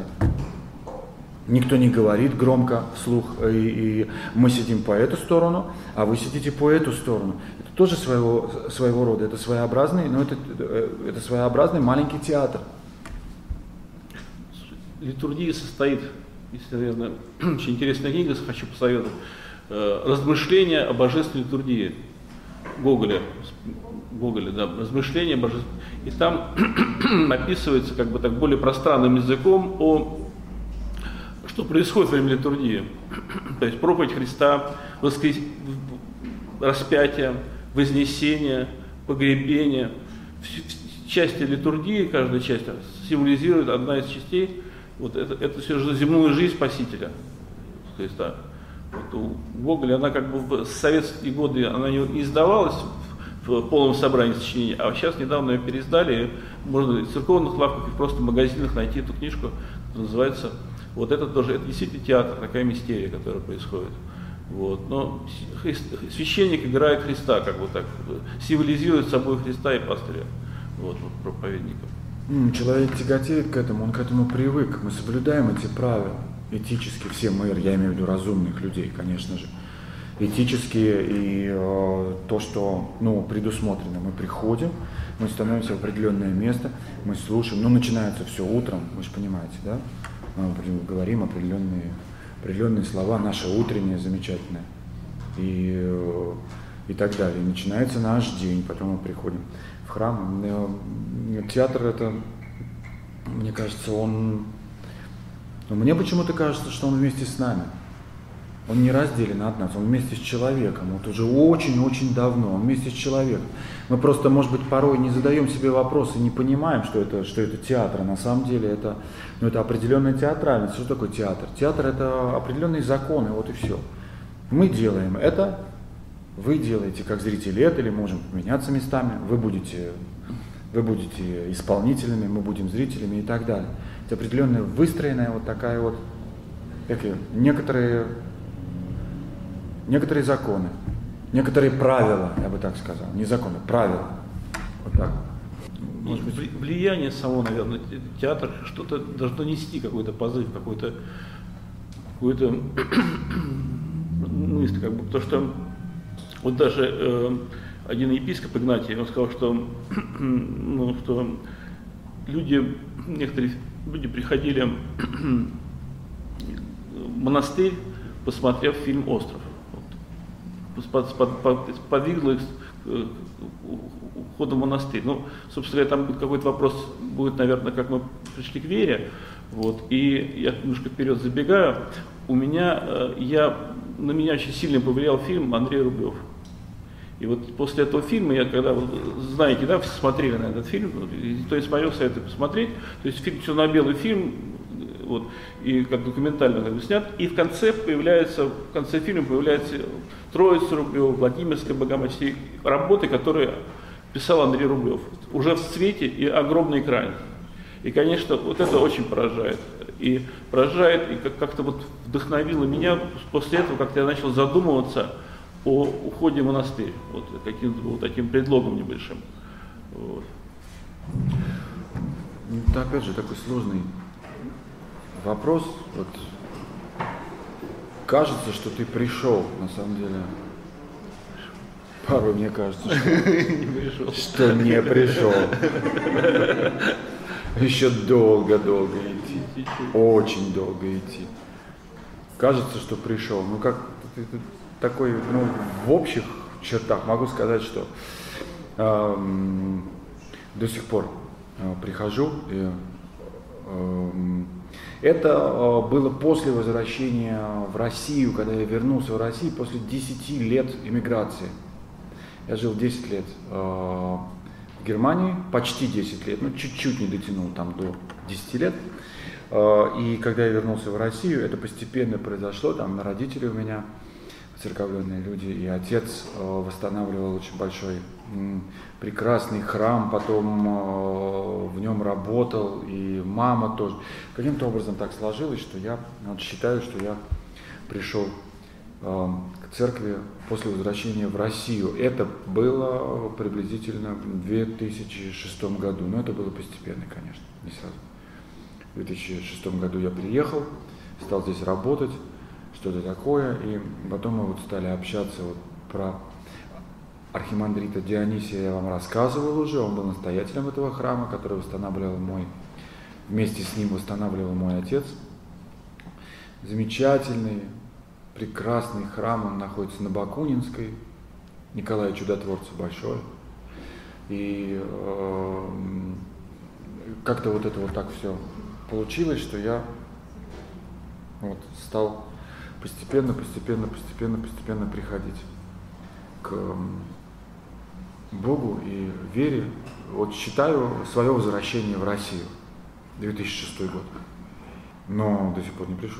Никто не говорит громко вслух, и мы сидим по эту сторону, а вы сидите по эту сторону. Это тоже своего рода, это своеобразный, но это своеобразный маленький театр. Литургия состоит, если, наверное, очень интересная книга, хочу посоветовать, «Размышления о божественной литургии» Гоголя, да, «Размышления о божественной». И там описывается как бы так более пространным языком что происходит во время литургии. То есть проповедь Христа, распятие, вознесение, погребение. Части литургии, каждая часть символизирует одна из частей. Вот это все же земную жизнь Спасителя Христа. Вот у Гоголя она как бы в советские годы она не издавалась в полном собрании сочинений, а сейчас недавно ее переиздали, можно в церковных лавках и просто в магазинах найти эту книжку, называется. Вот это тоже, это действительно театр, такая мистерия, которая происходит. Вот. Но священник играет Христа, как бы так, символизирует собой Христа и пастыря, вот, проповедника. Человек тяготеет к этому, он к этому привык. Мы соблюдаем эти правила этически, все мы, я имею в виду разумных людей, конечно же. Этические и то, что предусмотрено. Мы приходим, мы становимся в определенное место, мы слушаем. Начинается все утром, вы же понимаете, да? Мы говорим определенные слова, наше утреннее замечательное. И так далее. И начинается наш день, потом мы приходим в храм. Театр это, мне кажется, мне почему-то кажется, что он вместе с нами. Он не разделен от нас, он вместе с человеком. Вот уже очень-очень давно, он вместе с человеком. Мы просто, может быть, порой не задаем себе вопросы, не понимаем, что это театр. А на самом деле это определенная театральность. Что такое театр? Театр это определенные законы, вот и все. Мы делаем это, вы делаете как зрители это, или можем поменяться местами, вы будете исполнителями, мы будем зрителями и так далее. Это определенная выстроенная вот такая вот, некоторые законы, некоторые правила, я бы так сказал, не законы, правила. Вот так. Может быть, влияние само, наверное, театр что-то должно нести, какой-то позыв, какой-то мысль, как бы, то, что вот даже один епископ Игнатий, он сказал, что, что некоторые люди приходили в монастырь, посмотрев фильм «Остров». Подвигло их ухода в монастырь. Собственно говоря, там какой-то вопрос будет, наверное, как мы пришли к вере. И я немножко вперед забегаю. На меня очень сильно повлиял фильм Андрей Рублев. И вот после этого фильма, знаете, да, все смотрели на этот фильм, то есть мое советую посмотреть. То есть фильм черно-белый фильм, и как документально снят. И в конце фильма появляется Троица Рублева, Владимирская Богоматерь, работы, которые писал Андрей Рублев. Уже в цвете и огромный экран. И, конечно, вот это очень поражает. И как-то вдохновило меня после этого, как-то я начал задумываться о уходе в монастырь, каким-то таким предлогом небольшим. Это опять же такой сложный вопрос. Кажется, что ты пришел, на самом деле. Порой мне кажется, что не пришел. Еще долго-долго идти. Очень долго идти. Кажется, что пришел. Такой, в общих чертах могу сказать, что до сих пор прихожу. Это было после возвращения в Россию, когда я вернулся в Россию после 10 лет эмиграции. Я жил 10 лет в Германии, почти 10 лет, чуть-чуть не дотянул там до 10 лет. И когда я вернулся в Россию, это постепенно произошло, там родители у меня церковленные люди, и отец восстанавливал очень большой, прекрасный храм, потом в нем работал, и мама тоже. Каким-то образом так сложилось, что я считаю, что я пришел к церкви после возвращения в Россию. Это было приблизительно в 2006 году, но это было постепенно, конечно, не сразу. В 2006 году я приехал, стал здесь работать, что-то такое, и потом мы стали общаться про архимандрита Дионисия, я вам рассказывал уже, он был настоятелем этого храма, который вместе с ним восстанавливал мой отец. Замечательный, прекрасный храм, он находится на Бакунинской, Николая Чудотворца большой, и как-то это так все получилось, что я стал постепенно приходить к Богу и вере. Считаю свое возвращение в Россию, 2006 год. Но до сих пор не пришел.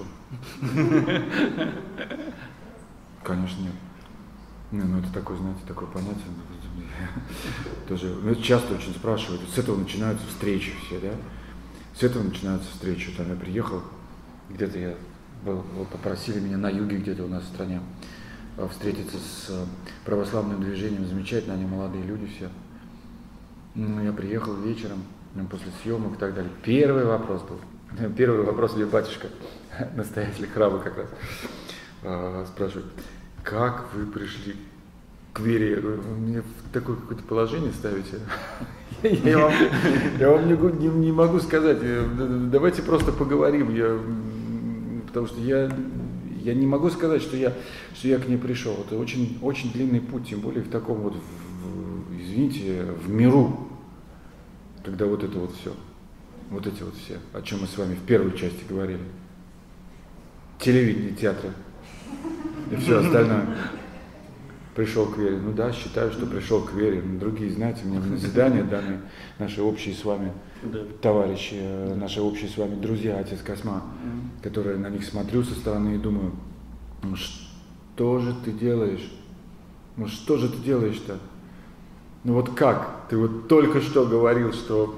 Конечно, нет. Это такое, знаете, такое понятие. Тоже часто очень спрашивают. С этого начинаются встречи все, да? С этого начинаются встречи. Там я приехал, где-то попросили меня на юге, где-то у нас в стране, встретиться с православным движением. Замечательно, они молодые люди все. Я приехал вечером, после съемок и так далее. Первый вопрос мне батюшка, настоятель храма как раз, спрашивает, как вы пришли к вере? Я говорю, вы меня в такое какое-то положение ставите. Я вам не могу сказать, давайте просто поговорим, потому что я не могу сказать, что я к ней пришел. Это очень, очень длинный путь, тем более в таком вот, извините, в миру, когда вот это вот все, вот эти вот все, о чем мы с вами в первой части говорили, телевидение, театры и все остальное. Пришел к вере. Ну да, считаю, что пришел к вере. Другие, знаете, мне в назидание даны наши общие с вами товарищи, наши общие с вами друзья, отец Косьма, которые на них смотрю со стороны и думаю, ну что же ты делаешь? Ну что же ты делаешь-то? Ну вот как? Ты вот только что говорил, что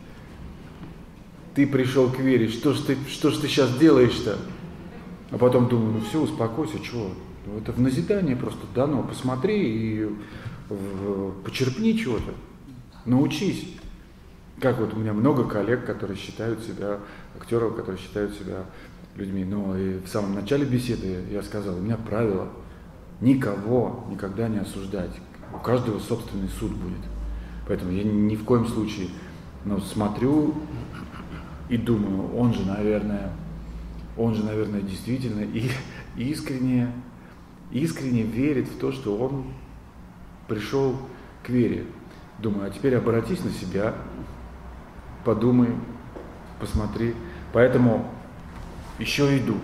ты пришел к вере. Что ж ты сейчас делаешь-то? А потом думаю, ну все, успокойся, чего? Ну, это в назидание просто дано. Посмотри и почерпни чего-то. Научись. Как вот у меня много коллег, которые считают себя, актеров, которые считают себя людьми. Но и в самом начале беседы я сказал, у меня правило никого никогда не осуждать. У каждого собственный суд будет. Поэтому я ни в коем случае смотрю и думаю, он же, наверное, действительно и искренне верит в то, что он пришел к вере. Думаю, а теперь обратись на себя, подумай, посмотри. Поэтому еще иду.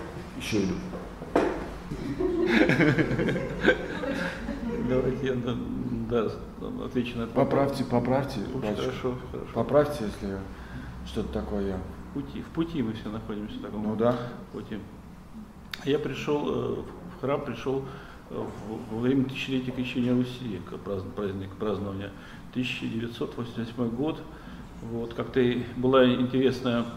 Давайте я отвечу на это. Поправьте. Хорошо. Поправьте, если что-то такое я. В пути мы все находимся в таком пути. Я пришел в храм, во время тысячелетия крещения Руси, праздник празднования, 1988 год. Вот, как-то была интересная,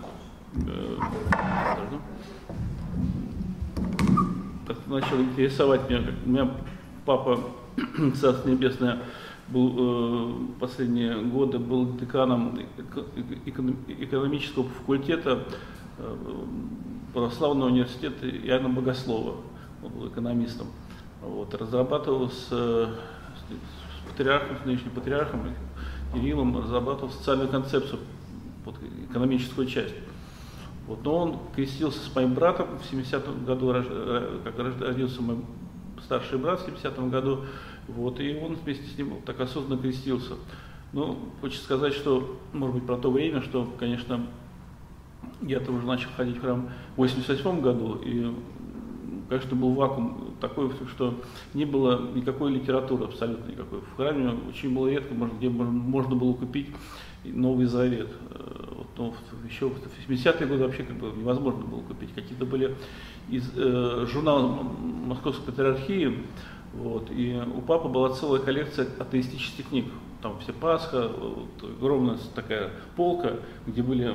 начал интересовать меня, у меня папа, Царство Небесное, был последние годы был деканом экономического факультета Православного университета Иоанна Богослова, он был экономистом. Вот, разрабатывал с нынешним патриархом Кириллом, разрабатывал социальную концепцию, экономическую часть. Вот, но он крестился с моим братом в 70-м году, как родился мой старший брат в 70-м году, вот, и он вместе с ним так осознанно крестился. Ну, хочется сказать, что, может быть, про то время, что, конечно, я-то уже начал ходить в храм в 88 году, и, конечно, был вакуум такой, что не было никакой литературы, абсолютно никакой. В храме очень было редко, где можно было купить Новый Завет. Вот, но еще в 70-е годы вообще невозможно было купить. Какие-то были из журнала Московской Патриархии, вот, и у папы была целая коллекция атеистических книг. Там все Пасха, огромная такая полка, где были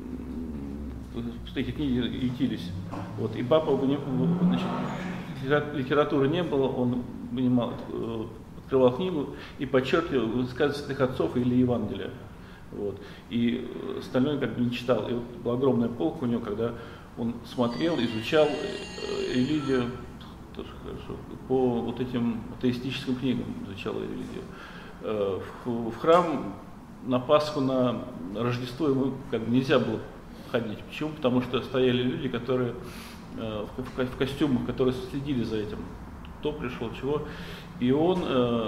эти книги ютились. Вот, и папа, значит, литературы не было, он открывал книгу и подчеркивал высказывания святых отцов или Евангелия. Вот. И остальное не читал. И вот была огромная полка у него, когда он смотрел, изучал религию, тоже хорошо, по вот этим атеистическим книгам изучал религию. В храм на Пасху, на Рождество ему нельзя было ходить. Почему? Потому что стояли люди, которые в костюмах, которые следили за этим, кто пришел, чего. И он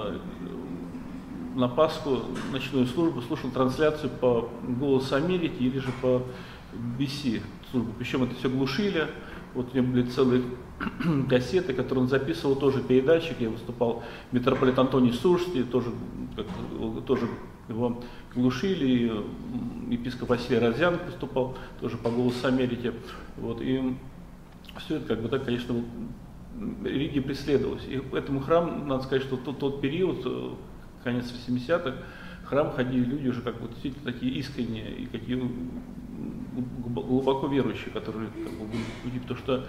на Пасху, ночную службу, слушал трансляцию по «Голосу Америки» или же по BBC службу. Причем это все глушили. Вот у него были целые кассеты, которые он записывал, тоже передатчик. Я выступал, митрополит Антоний Суржский, тоже его глушили, епископ Василий Розян выступал, тоже по «Голосу Америки». Вот, и все это так, конечно, религия преследовалась. И этому храм, надо сказать, что тот период, конец 80-х, в храм ходили люди уже действительно такие искренние и какие глубоко верующие, которые люди, потому что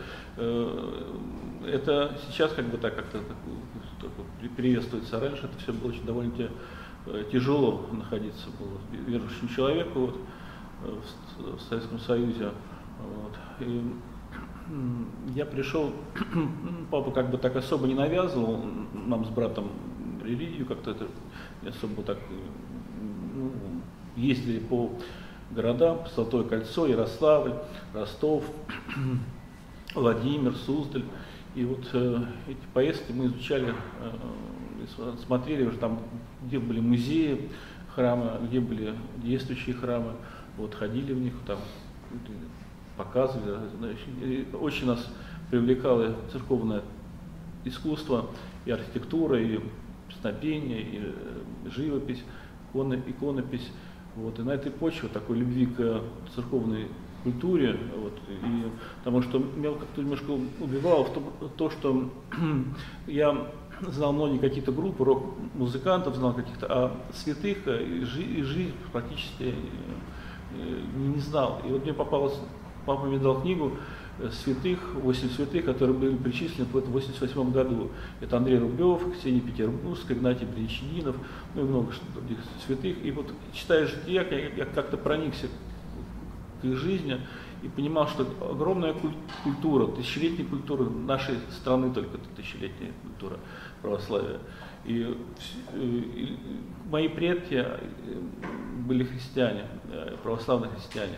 это сейчас так как-то приветствуется, а раньше это все было очень довольно-таки тяжело находиться было верующему человеку вот, в Советском Союзе. Вот. И я пришел, папа как бы так особо не навязывал нам с братом религию, как-то это не особо так, ну, ездили по городам, Золотое кольцо, Ярославль, Ростов, Владимир, Суздаль. И вот эти поездки мы изучали, смотрели уже там, где были музеи, храмы, где были действующие храмы, вот, ходили в них, там, показывали. И очень нас привлекало церковное искусство, и архитектура, и песнопение, и живопись, иконопись. Вот. И на этой почве такой любви к церковной культуре, вот, и потому что меня как-то немножко убивало то, что я знал многие какие-то группы рок-музыкантов, знал каких-то, а святых и жизнь практически не знал. И вот мне попалось, папа мне дал книгу святых, 8 святых, которые были причислены в 1988 году. Это Андрей Рублев, Ксения Петербургская, Игнатий Брянчанинов, ну и много других святых. И вот читая жития, я как-то проникся к их жизни и понимал, что огромная культура, тысячелетняя культура нашей страны, только тысячелетняя культура православия. И мои предки были христиане, православные христиане.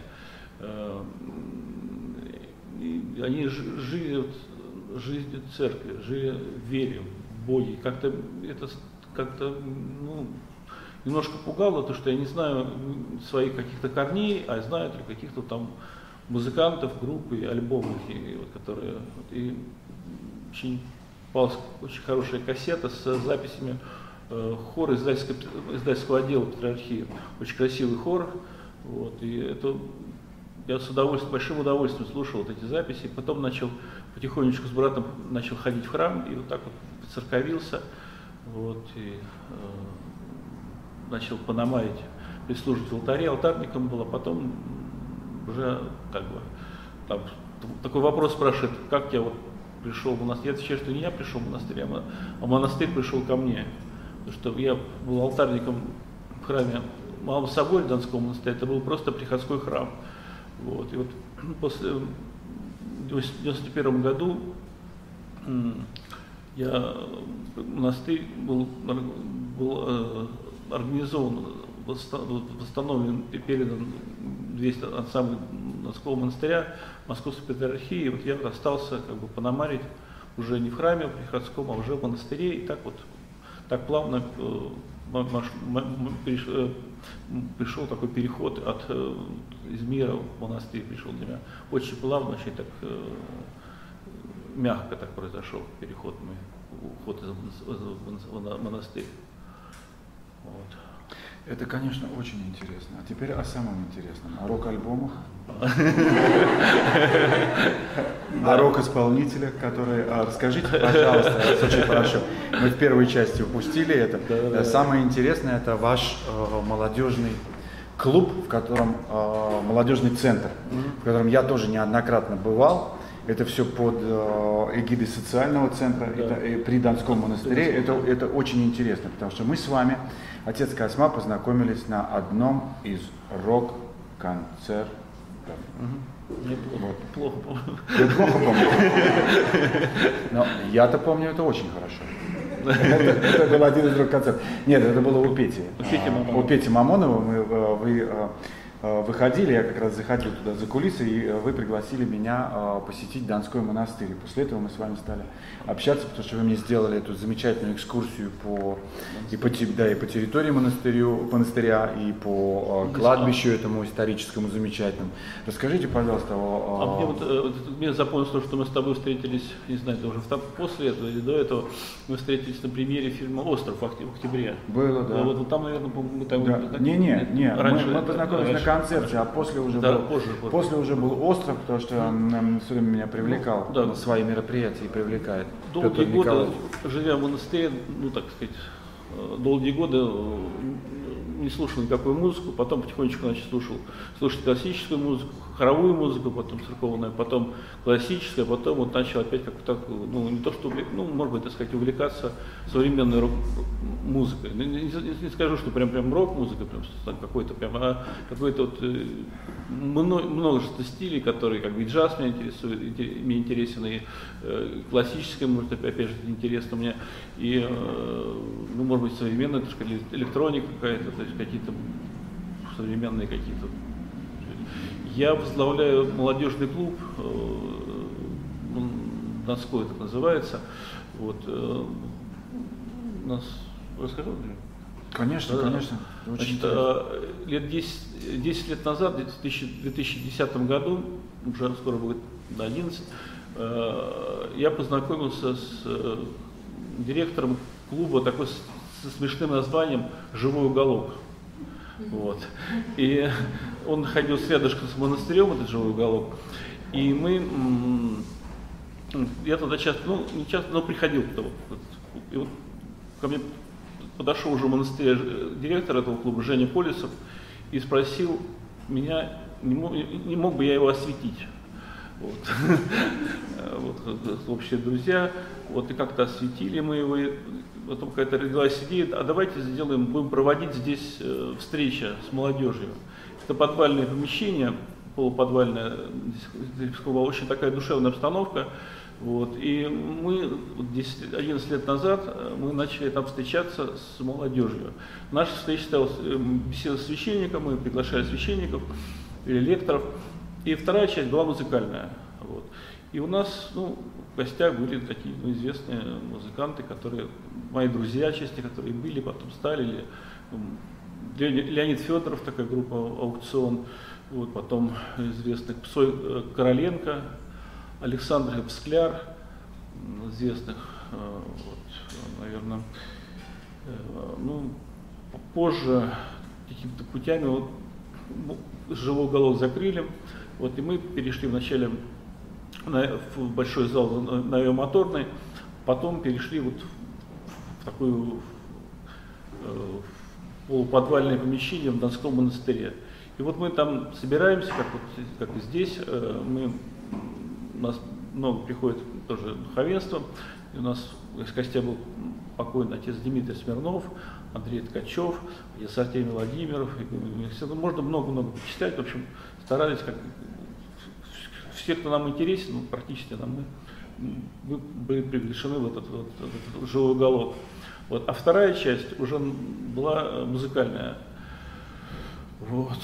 И они жили жизнью церкви, жили в вере, в Боге. Как-то это ну, немножко пугало, то, что я не знаю своих каких-то корней, а знаю только каких-то там музыкантов, групп и альбомов, которые и очень хорошая кассета с записями хора издательского отдела Патриархии. Очень красивый хор. Вот, и это я с большим удовольствием слушал вот эти записи. Потом начал потихонечку с братом начал ходить в храм и вот так вот церковился. Вот, и начал пономарить, прислуживать в алтаре, алтарником был, а потом уже как бы там такой вопрос спрашивает, как я вот пришел в монастырь. Я отвечаю, что не я пришел в монастырь, а монастырь пришел ко мне. Потому что я был алтарником в храме Малого Собора Донского монастыря, это был просто приходской храм. Вот. И вот после, в 1991 году монастырь был организован, восстановлен и передан весь ансамбль Донского монастыря, Московской Патриархии. И вот я остался как бы пономарить уже не в храме приходском, а уже в монастыре. И так вот, так плавно пришел такой переход из мира в монастырь, пришел для меня очень плавно, очень так мягко так произошел переход, уход в монастырь. Вот. Это, конечно, очень интересно. А теперь о самом интересном, о рок-альбомах, о рок-исполнителях, которые... Расскажите, пожалуйста, очень хорошо. Мы в первой части упустили это. Самое интересное — это ваш молодежный клуб, в котором молодежный центр, в котором я тоже неоднократно бывал. Это все под эгидой социального центра, при Донском монастыре. Это очень интересно, потому что мы с вами, отец Косьма, познакомились на одном из рок-концертов. Плохо помню. Вы плохо помните? Но я-то помню это очень хорошо. Это был один из рок-концертов. Нет, это было у Пети. У Пети Мамонова. Вы выходили, я как раз заходил туда за кулисы, и вы пригласили меня посетить Донской монастырь. И после этого мы с вами стали общаться, потому что вы мне сделали эту замечательную экскурсию по территории монастыря, и по кладбищу этому историческому замечательному. Расскажите, пожалуйста, мне запомнилось, что мы с тобой встретились, не знаю, это уже после этого или до этого, мы встретились на премьере фильма «Остров» в октябре. Было, да. Вот там, наверное, мы там... Да. Не, мы познакомились на концерте, а после уже был «Остров», потому что он все время меня привлекал, на свои мероприятия и привлекает. Долгие годы, живя в монастыре, так сказать, долгие годы не слушал никакую музыку, потом потихонечку начал слушать классическую музыку, хоровую музыку, потом церковную, потом классическую, потом вот начал опять как-то, ну не то что, ну может быть, так сказать, увлекаться современной рок-музыкой. Не скажу, что прям рок-музыка, прям какой-то прям, а какой-то вот множество стилей, которые как бы и джаз меня интересует, мне интересен, и классическая музыка, опять же, интересно мне, и, ну, может быть, современная, так сказать, электроника какая-то, то есть какие-то современные какие-то. Я возглавляю молодежный клуб, Донской так называется. Вот, у нас расскажу? Конечно, да, конечно. Значит, лет 10 лет назад, в 2010 году, уже скоро будет 11, я познакомился с директором клуба такой со смешным названием «Живой уголок». Вот. И он находился рядышком с монастырем, этот живой уголок. И я туда часто, ну не часто, но приходил туда. И вот ко мне подошел уже в монастырь директор этого клуба Женя Полисов и спросил меня, не мог бы я его осветить. Вот. Вот, общие друзья, вот и как-то осветили мы его. Потом какая-то родилась идея, а давайте будем проводить здесь встречи с молодежью. Это подвальное помещение, полуподвальное, здесь была очень такая душевная обстановка. Вот. И мы 11 лет назад мы начали там встречаться с молодежью. Наша встреча стала беседа с священником, мы приглашали священников или лекторов. И вторая часть была музыкальная. Вот. И у нас, ну, в гостях были такие, ну, известные музыканты, которые, мои друзья, части, которые были, потом стали. Леонид Федоров, такая группа «Аукцион», вот, потом известных Псой Короленко, Александр Скляр, известных, вот, наверное, ну, позже какими-то путями вот, живой уголок закрыли, вот, и мы перешли вначале в большой зал на авиамоторной, потом перешли вот в такое полуподвальное помещение в Донском монастыре. И вот мы там собираемся, как и здесь, у нас много приходит тоже духовенство, и у нас из гостя был покойный отец Дмитрий Смирнов, Андрей Ткачев, отец Артемий Владимиров, можно много-много перечислять, в общем, старались как все, кто нам интересен, ну, практически мы были приглашены в этот живой уголок. Вот. А вторая часть уже была музыкальная. Вот.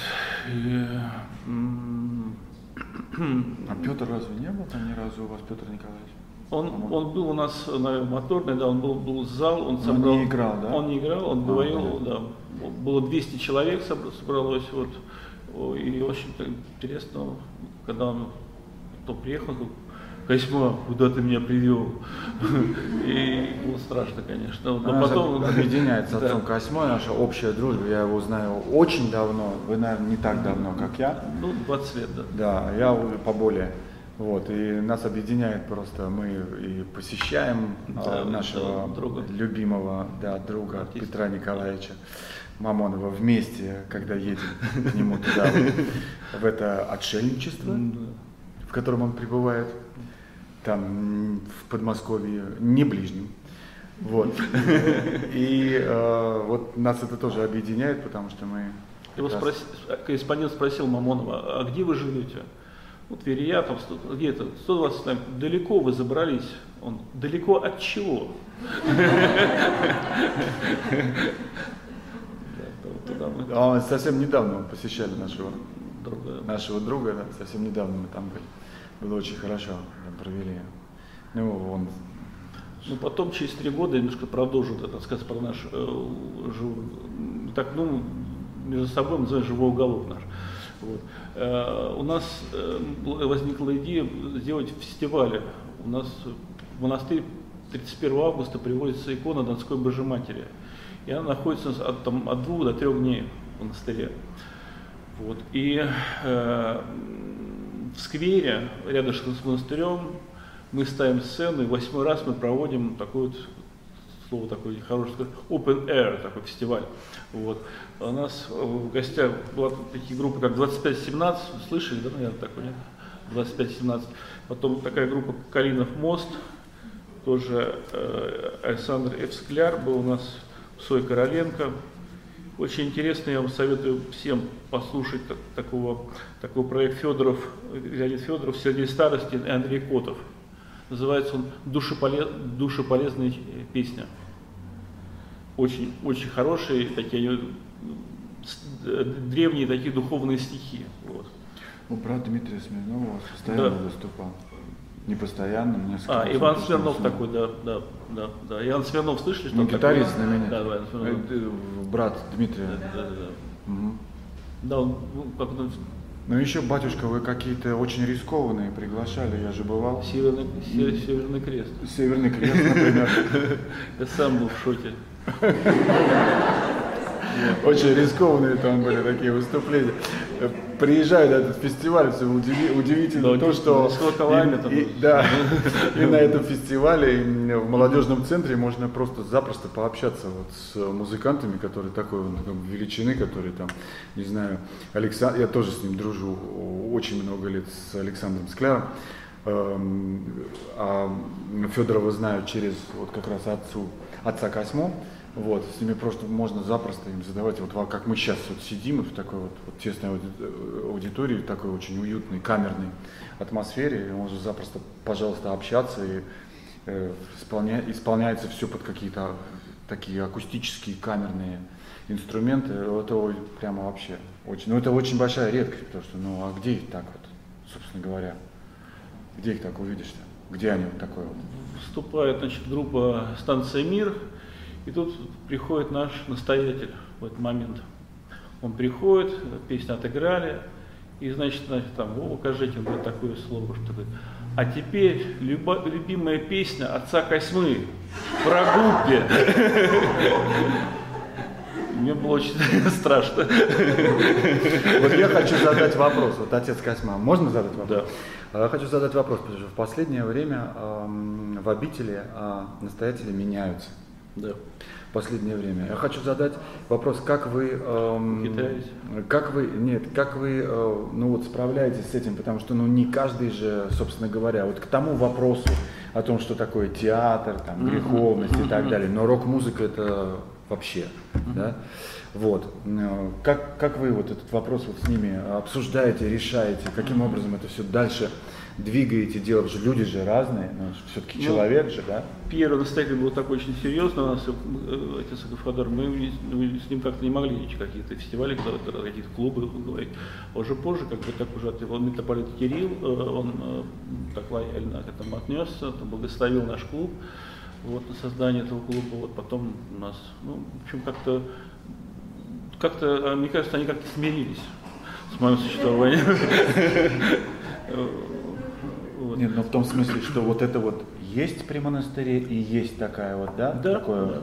А Петр разве не был там ни разу у вас, Петр Николаевич? Он был у нас на моторной, да, он был зал, он собрал. Он не играл, да? Он не играл, он говорил, да. Было 200 человек собралось, вот. И очень интересно, когда он приехал, Косьма, куда ты меня привел? И было страшно, конечно. Но потом объединяет с отцом Косьмой, наша общая дружба. Я его знаю очень давно, вы, наверное, не так давно, как я. Ну, 20 лет, да. Да, я уже поболее. Вот, и нас объединяет просто, мы и посещаем нашего любимого друга артиста Петра Николаевича Мамонова вместе, когда едем к нему туда, в это отшельничество, в котором он пребывает, там в Подмосковье, не ближнем. Вот. И вот нас это тоже объединяет, потому что мы... Корреспондент спросил Мамонова, а где вы живете? Вот Верия, там где-то 120 км, далеко вы забрались. Он, далеко от чего? Совсем недавно мы посещали нашего друга, да, совсем недавно мы там были. Было очень хорошо, там провели. Ну, потом через 3 года я немножко продолжу, так сказать, про наш между собой называем живой уголок наш. Вот. У нас возникла идея сделать фестиваль. У нас в монастырь 31 августа приводится икона Донской Божьей Матери. И она находится от 2 до 3 дней в монастыре. Вот. И в сквере, рядышком с монастырем, мы ставим сцену, и 8-й раз мы проводим такой вот слово такое хорошее, open air, такой фестиваль. Вот. У нас в гостях была такие группы, как 2517, слышали, да, наверное, такой, нет? 2517. Потом такая группа «Калинов мост», тоже Александр Евскляр был у нас, Сой Короленко. Очень интересно, я вам советую всем послушать такой проект Леонид Федоров, Сергей Старостин и Андрей Котов. Называется он «Душеполезная песня». Очень, очень хорошие, такие древние такие духовные стихи. Вот. Брат Дмитрия Смирнова у вас постоянно выступал. Не постоянно, несколько раз. Иван Смирнов такой, да. Иван Смирнов, слышали, что гитарист знаменитый. Да, Иван Смирнов. Брат Дмитрия. Да. Угу. Да, он как-то... Ну еще, батюшка, вы какие-то очень рискованные приглашали, я же бывал. Северный Крест. Северный Крест, например. Я сам был в шоке. Очень рискованные там были такие выступления. Приезжаю на этот фестиваль, все удивительно да, то, что и на этом фестивале, и в молодежном центре можно просто запросто пообщаться вот с музыкантами, которые такой величины, которые там, не знаю, я тоже с ним дружу очень много лет, с Александром Скляром. А Федорова знаю через вот как раз отца Косьмо. Вот, с ними просто можно запросто им задавать, вот как мы сейчас вот сидим в такой вот тесной аудитории, в такой очень уютной, камерной атмосфере, и можно запросто, пожалуйста, общаться, и исполняется все под какие-то такие акустические камерные инструменты. Это прямо вообще очень, это очень большая редкость, потому что, а где их так вот, собственно говоря, где их так увидишь-то, где они вот такой вот? Вступает, группа «Станция Мир». И тут приходит наш настоятель в этот момент. Он приходит, песню отыграли, и значит там, укажите, говорит такое слово, что говорит. А теперь любимая песня отца Косьмы про группе. Мне было очень страшно. Вот я хочу задать вопрос. Вот отец Косьма, можно задать вопрос? Да. Я хочу задать вопрос, потому что в последнее время в обители настоятели меняются. Да. В последнее время. Я хочу задать вопрос, как вы справляетесь с этим, потому что не каждый же, собственно говоря, вот к тому вопросу о том, что такое театр, там, греховность и так далее, но рок-музыка это вообще, да? Вот. Как вы вот этот вопрос вот с ними обсуждаете, решаете, каким образом это все дальше двигаете дело, потому что люди же разные, но все-таки человек же, да? Первый настоятель был такой очень серьезный, у нас отец Агафадор, мы с ним как-то не могли какие-то фестивали, какие-то клубы говорить. А уже позже, митрополит Кирилл, он так лояльно к этому отнесся, благословил наш клуб, вот, на создание этого клуба, вот, потом у нас, в общем, как-то, мне кажется, они как-то смирились с моим существованием. Нет, но в том смысле, что вот это вот есть при монастыре и есть такая вот, да? Да, такое...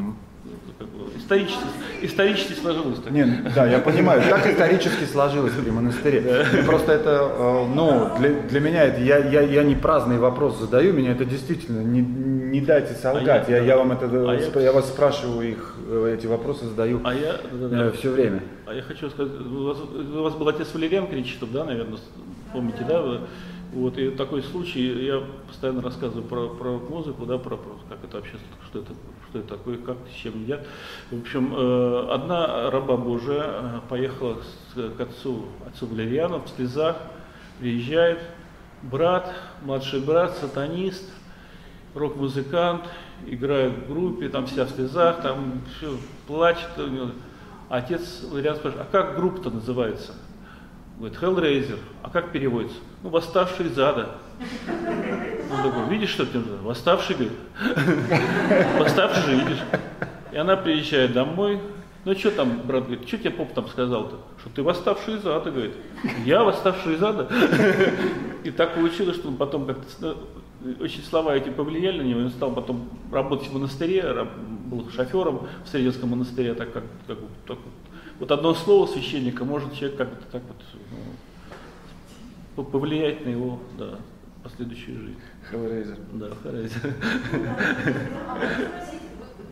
исторически сложилось так. Нет, да, я понимаю, так исторически сложилось при монастыре. Просто это, для меня это, я не праздный вопрос задаю, меня это действительно, не дайте солгать, я вас спрашиваю эти вопросы задаю все время. А я хочу сказать, у вас был отец Валериан Кречетов, да, наверное, помните, да? Вот, и такой случай, я постоянно рассказываю про музыку, да, про как это вообще, что это такое, как, с чем едят. В общем, одна раба Божия поехала к отцу Валериану в слезах, приезжает младший брат, сатанист, рок-музыкант, играет в группе, там вся в слезах, там все плачет. Отец Валериан спрашивает, а как группа-то называется? Говорит, Hellraiser. А как переводится? Восставший из ада. Он такой, видишь, что ты? Восставший, говорит. Восставший же, видишь. И она приезжает домой. Ну, что там, брат, говорит, что тебе поп там сказал-то? Что ты восставший из ада, говорит. Я восставший из ада? И так получилось, что он потом как-то, очень слова эти повлияли на него. Он стал потом работать в монастыре, был шофером в Срединском монастыре, так как вот одно слово священника может человек как-то так вот повлиять на его последующую жизнь. Hellraiser. Да, Hellraiser.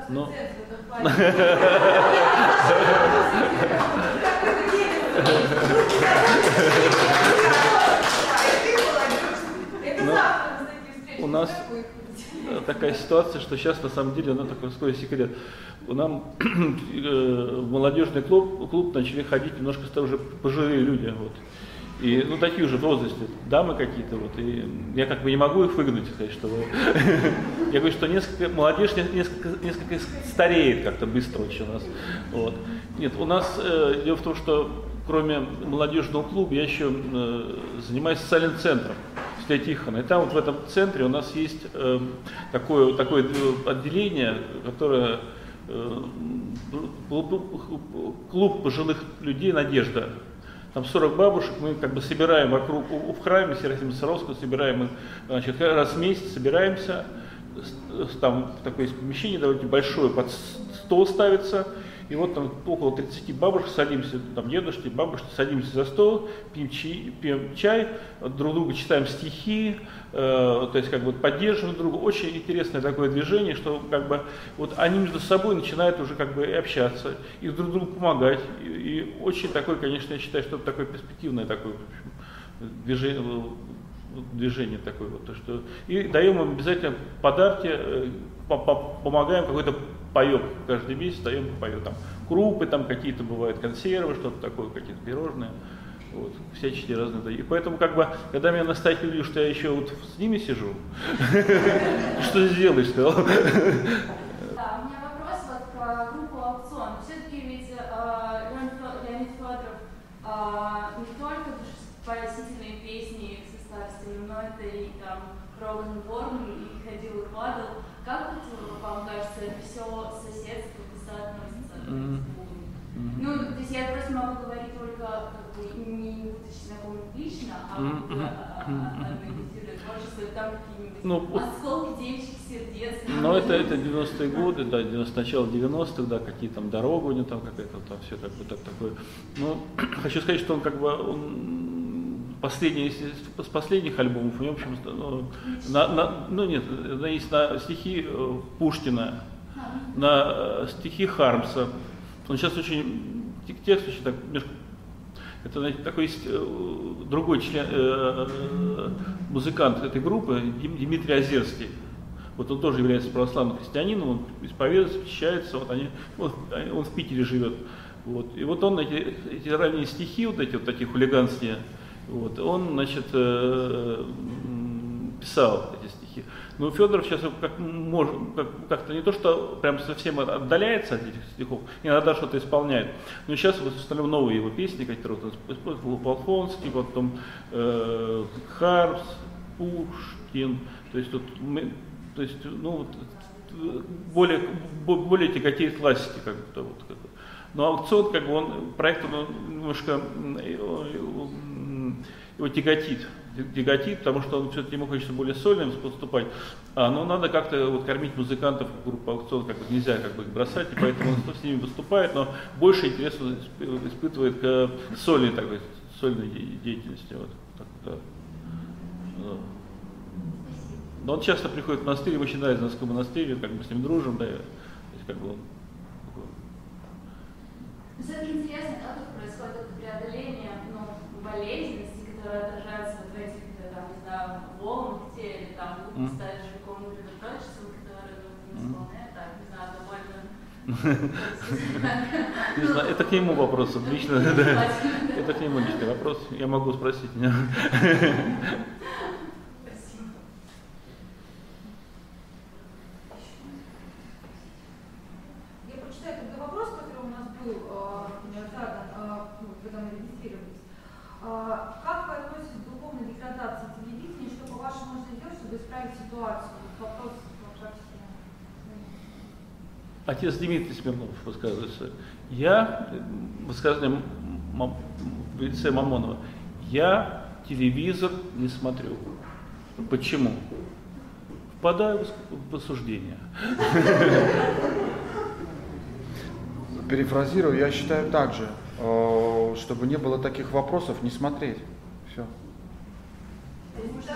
Но... У нас такая ситуация, что сейчас на самом деле, она такой свой секрет. Нам в молодежный клуб начали ходить немножко уже пожилые люди. Вот. И, ну, такие уже в возрасте, дамы какие-то, вот, и я как бы не могу их выгнать, сказать, что я говорю, что молодежь несколько стареет как-то быстро очень у нас. Вот. Нет, у нас дело в том, что кроме молодежного клуба я еще занимаюсь социальным центром в Тихона. И там вот в этом центре у нас есть такое отделение, которое клуб пожилых людей «Надежда». Там 40 бабушек, мы как бы собираем вокруг, в храме Серафима Саровского, собираем их, значит, раз в месяц собираемся, там такое есть помещение довольно большое, под стол ставится, и вот там около 30 бабушек садимся, там дедушки, бабушки, садимся за стол, пьем чай, друг другу читаем стихи, то есть как бы поддерживаем друг друга. Очень интересное такое движение, что как бы вот они между собой начинают уже как бы и общаться, и друг другу помогать. И очень такое, конечно, я считаю, что это такое перспективное такое движение такое вот, то что и даем им обязательно подарки, помогаем какой-то паёк каждый месяц, даем паёк, там крупы, там какие-то бывают консервы, что-то такое, какие-то пирожные, вот, всяческие разные. И поэтому как бы, когда меня настоятель видел, что я еще вот с ними сижу, что сделаешь, сказал. Да, у меня вопрос вот про группу «Аукцион». Все-таки ведь Леонид Федоров не только душеспасительные песни со старостями, но это и там Роган Ворм, и ходил и падал. Как вам кажется, это все соседство соотносится с Богом? Ну, то есть я просто могу говорить только, как бы, не будучи знакомым лично, а анализируя творчество, там какие-нибудь осколки девичьих сердец. Ну, это 90-е годы, да, начало 90-х, да, какие там «Дорога» у него там какая-то, там все как бы так такое. Ну, хочу сказать, что он как бы, с последних альбомов у него, в общем, есть на стихи Пушкина, на стихи Хармса. Он сейчас очень, текст очень так, это, знаете, такой есть другой член, музыкант этой группы, Дмитрий Озерский. Вот он тоже является православным христианином, он исповедуется, посещается, он в Питере живет. Вот. И вот он эти ранние стихи, вот эти вот такие хулиганские, вот, он, значит, писал эти стихи. Но Федоров сейчас как-то не то, что прям совсем отдаляется от этих стихов, иногда что-то исполняет. Но сейчас вот в основном новые его песни, которые он использует, Волхонский, потом Хармс, Пушкин, то есть более тяготеет классики как-то вот. Но «Аукцион», как бы он проект немножко его тяготит, потому что он все-таки ему хочется более сольным поступать, но надо как-то вот кормить музыкантов группы «Аукцион», как бы нельзя как бы их бросать, и поэтому он с ними выступает, но больше интерес испытывает к сольной деятельности. Вот, так, да. Но он часто приходит в монастырь, очень нравится Донской монастырь, как бы с ним дружим, да, то есть как бы он. Все-таки интересно, как тут происходит это преодоление болезненности, которые отражаются в этих, там, не знаю, волнах в теле, там, ставишь какому-то творчеству, которое не исполняет, так, не знаю, довольно... Не знаю, это к нему вопрос, лично, да. Это к нему личный вопрос, я могу спросить. Как вы относитесь к духовной деградации телевидения, что, по-вашему, можно сделать, чтобы исправить ситуацию? Вопрос практически. Отец Дмитрий Смирнов высказывается. Я, высказывание в лице Мамонова, я телевизор не смотрю. Почему? Впадаю в осуждение. Перефразирую, я считаю так же, чтобы не было таких вопросов, не смотреть. Все.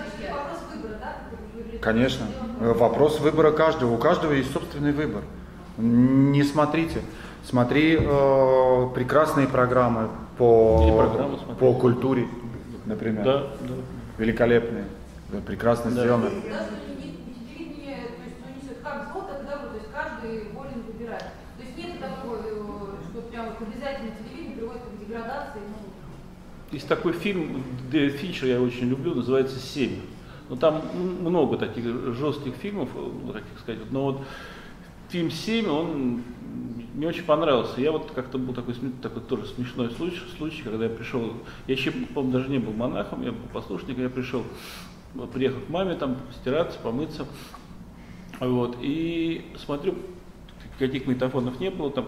Вопрос выбора, да? Конечно. Вопрос выбора каждого. У каждого есть собственный выбор. Не смотрите. Смотри прекрасные программы по культуре, например. Да, да. Великолепные, прекрасно сделаны. Даже телевидение, то есть, ну, несет как зло, так и добро, то есть каждый волен выбирать. То есть нет такого, что прям вот обязательно телевидение приводит к деградации. Есть такой фильм, Дэвид Финчер, я очень люблю, называется «7». Но там много таких жестких фильмов, как сказать, но вот фильм «7», он мне очень понравился. Я вот как-то был такой тоже смешной случай, когда я пришел, я еще, по-моему, даже не был монахом, я был послушником, я приехал к маме там стираться, помыться, вот, и смотрю, каких магнитофонов не было, там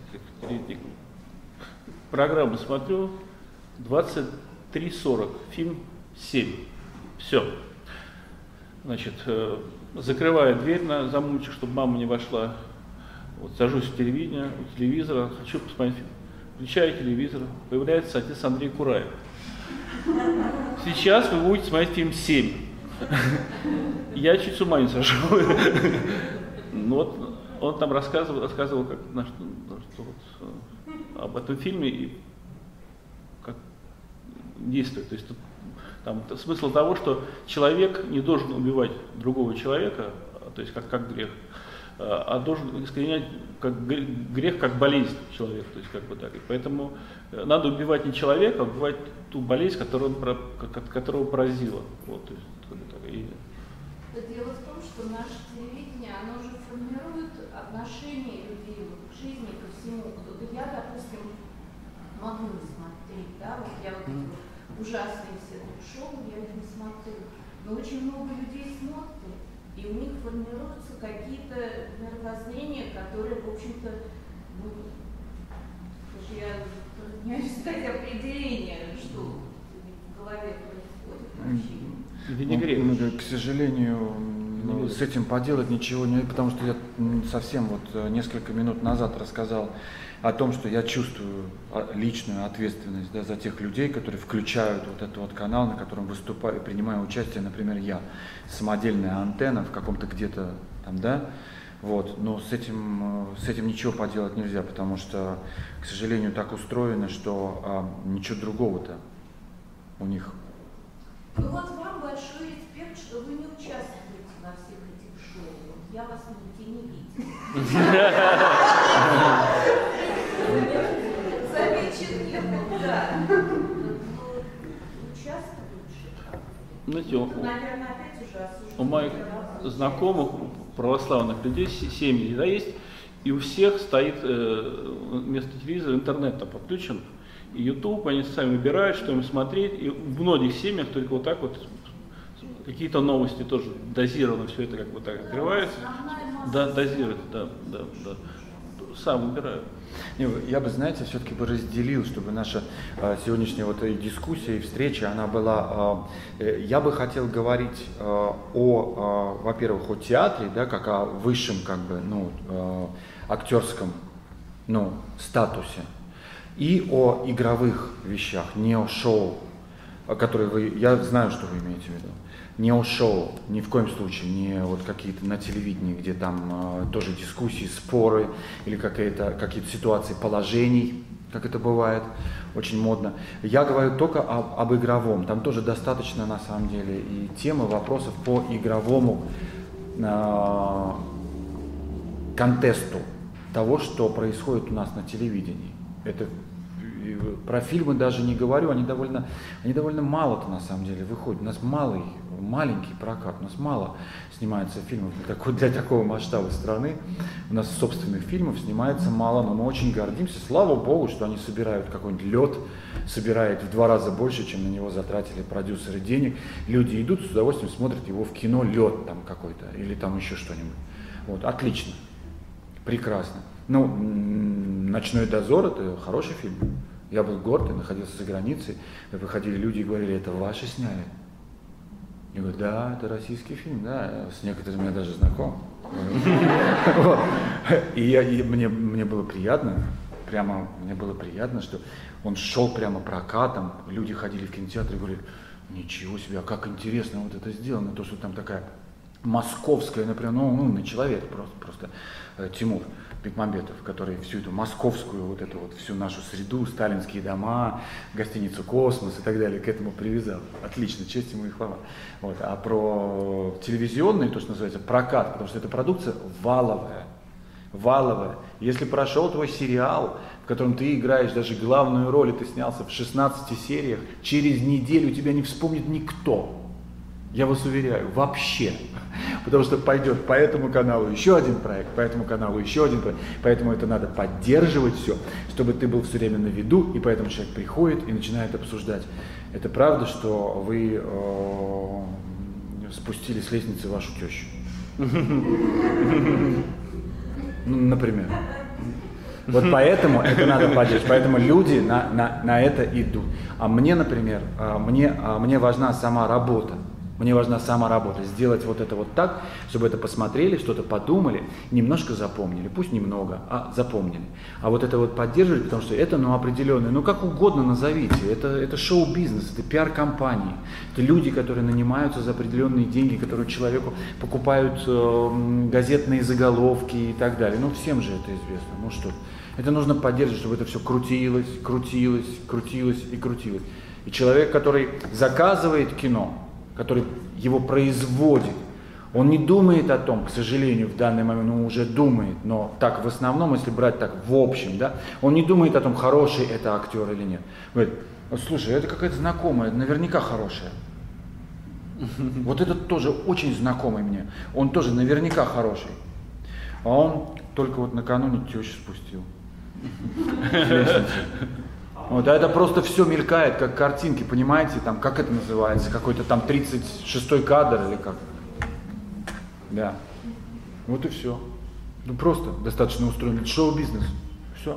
программу смотрю, 23:40, фильм 7, все. Значит, закрываю дверь на замочек, чтобы мама не вошла. Вот, сажусь у телевизора, хочу посмотреть фильм. Включаю телевизор, появляется отец Андрей Кураев. Сейчас вы будете смотреть фильм «7». Я чуть с ума не сошел. Ну вот, он там рассказывал как, об этом фильме и как действует. То есть там смысл того, что человек не должен убивать другого человека, то есть как грех, а должен искоренять грех как болезнь человека, то есть как бы так. И поэтому надо убивать не человека, а убивать ту болезнь, которого поразила. Вот, то есть, как бы так. Дело в том, что наше телевидение, оно уже формирует отношение людей к жизни, ко всему. Я, допустим, могу не смотреть, да, вот я вот эти ужасные все шоу, я их не смотрю. Но очень много людей смотрят, и у них формируются какие-то мировоззрения, которые, в общем-то, ну, даже я затрудняюсь сказать определение, что в голове происходит вообще. К сожалению, с этим поделать ничего не, потому что я совсем вот несколько минут назад рассказал о том, что я чувствую личную ответственность, да, за тех людей, которые включают вот этот вот канал, на котором выступаю, принимаю участие, например, я, самодельная антенна в каком-то где-то там, да, вот, но с этим ничего поделать нельзя, потому что, к сожалению, так устроено, что ничего другого-то у них. Ну вот вам большой респект, что вы не участвуете во всех этих шоу. Я вас нигде не видела. Замечен не был, да. Знаете, у моих знакомых, православных людей, семьи, да, есть, и у всех стоит вместо телевизора интернет там подключен, и YouTube, они сами выбирают, что им смотреть, и в многих семьях только вот так вот какие-то новости тоже дозированно все это как бы так открывается. Да, дозируют, да. Сам выбираю. Я бы, знаете, все-таки бы разделил, чтобы наша сегодняшняя вот и дискуссия, и встреча, она была... Я бы хотел говорить во-первых, о театре, да, как о высшем, как бы, актерском, статусе, и о игровых вещах, не о шоу, которые я знаю, что вы имеете в виду. Не о шоу, ни в коем случае, не вот какие-то на телевидении, где там тоже дискуссии, споры или какие-то ситуации положений, как это бывает, очень модно. Я говорю только об игровом. Там тоже достаточно, на самом деле, и темы, вопросов по игровому контесту того, что происходит у нас на телевидении. Это про фильмы даже не говорю, они довольно мало-то на самом деле выходят. У нас маленький прокат, у нас мало снимается фильмов для такого масштаба страны. У нас собственных фильмов снимается мало, но мы очень гордимся. Слава Богу, что они собирают какой-нибудь лед, собирают в 2 раза больше, чем на него затратили продюсеры денег. Люди идут с удовольствием, смотрят его в кино, лед там какой-то или там еще что-нибудь. Вот, отлично, прекрасно. «Ночной дозор» — это хороший фильм. Я был горд, я находился за границей, выходили люди и говорили: это ваши сняли? Я говорю: да, это российский фильм, да, с некоторыми я даже знаком. И мне было приятно, что он шел прямо прокатом, люди ходили в кинотеатр и говорили: ничего себе, а как интересно вот это сделано, то, что там такая московское, например, умный человек просто Тимур Бекмамбетов, который всю эту московскую, вот эту вот всю нашу среду, сталинские дома, гостиницу «Космос» и так далее, к этому привязал. Отлично, честь ему и хвала. Вот. А про телевизионный, то, что называется, прокат, потому что эта продукция валовая. Если прошел твой сериал, в котором ты играешь даже главную роль, и ты снялся в 16 сериях, через неделю тебя не вспомнит никто. Я вас уверяю, вообще. Потому что пойдет по этому каналу еще один проект, по этому каналу еще один проект. Поэтому это надо поддерживать все, чтобы ты был все время на виду, и поэтому человек приходит и начинает обсуждать. Это правда, что вы спустили с лестницы вашу тещу? Например. Вот поэтому это надо поддерживать, поэтому люди на это идут. А мне, например, мне важна сама работа. Мне важна сама работа, сделать вот это вот так, чтобы это посмотрели, что-то подумали, немножко запомнили, пусть немного, а запомнили. А вот это вот поддерживать, потому что это, определенное, как угодно назовите, это шоу-бизнес, это пиар-компании, это люди, которые нанимаются за определенные деньги, которые человеку покупают газетные заголовки и так далее. Всем же это известно, Это нужно поддерживать, чтобы это все крутилось. И человек, который заказывает кино, который его производит, он не думает о том, к сожалению, в данный момент, он уже думает, но так в основном, если брать так в общем, да, он не думает о том, хороший это актер или нет. Говорит, слушай, это какая-то знакомая, наверняка хорошая. Вот этот тоже очень знакомый мне, он тоже наверняка хороший. А он только вот накануне тещу спустил. Вот, а это просто все мелькает, как картинки, понимаете, там, как это называется, какой-то там 36-й кадр или как. Да. Вот и все. Просто достаточно устроен шоу-бизнес. Все.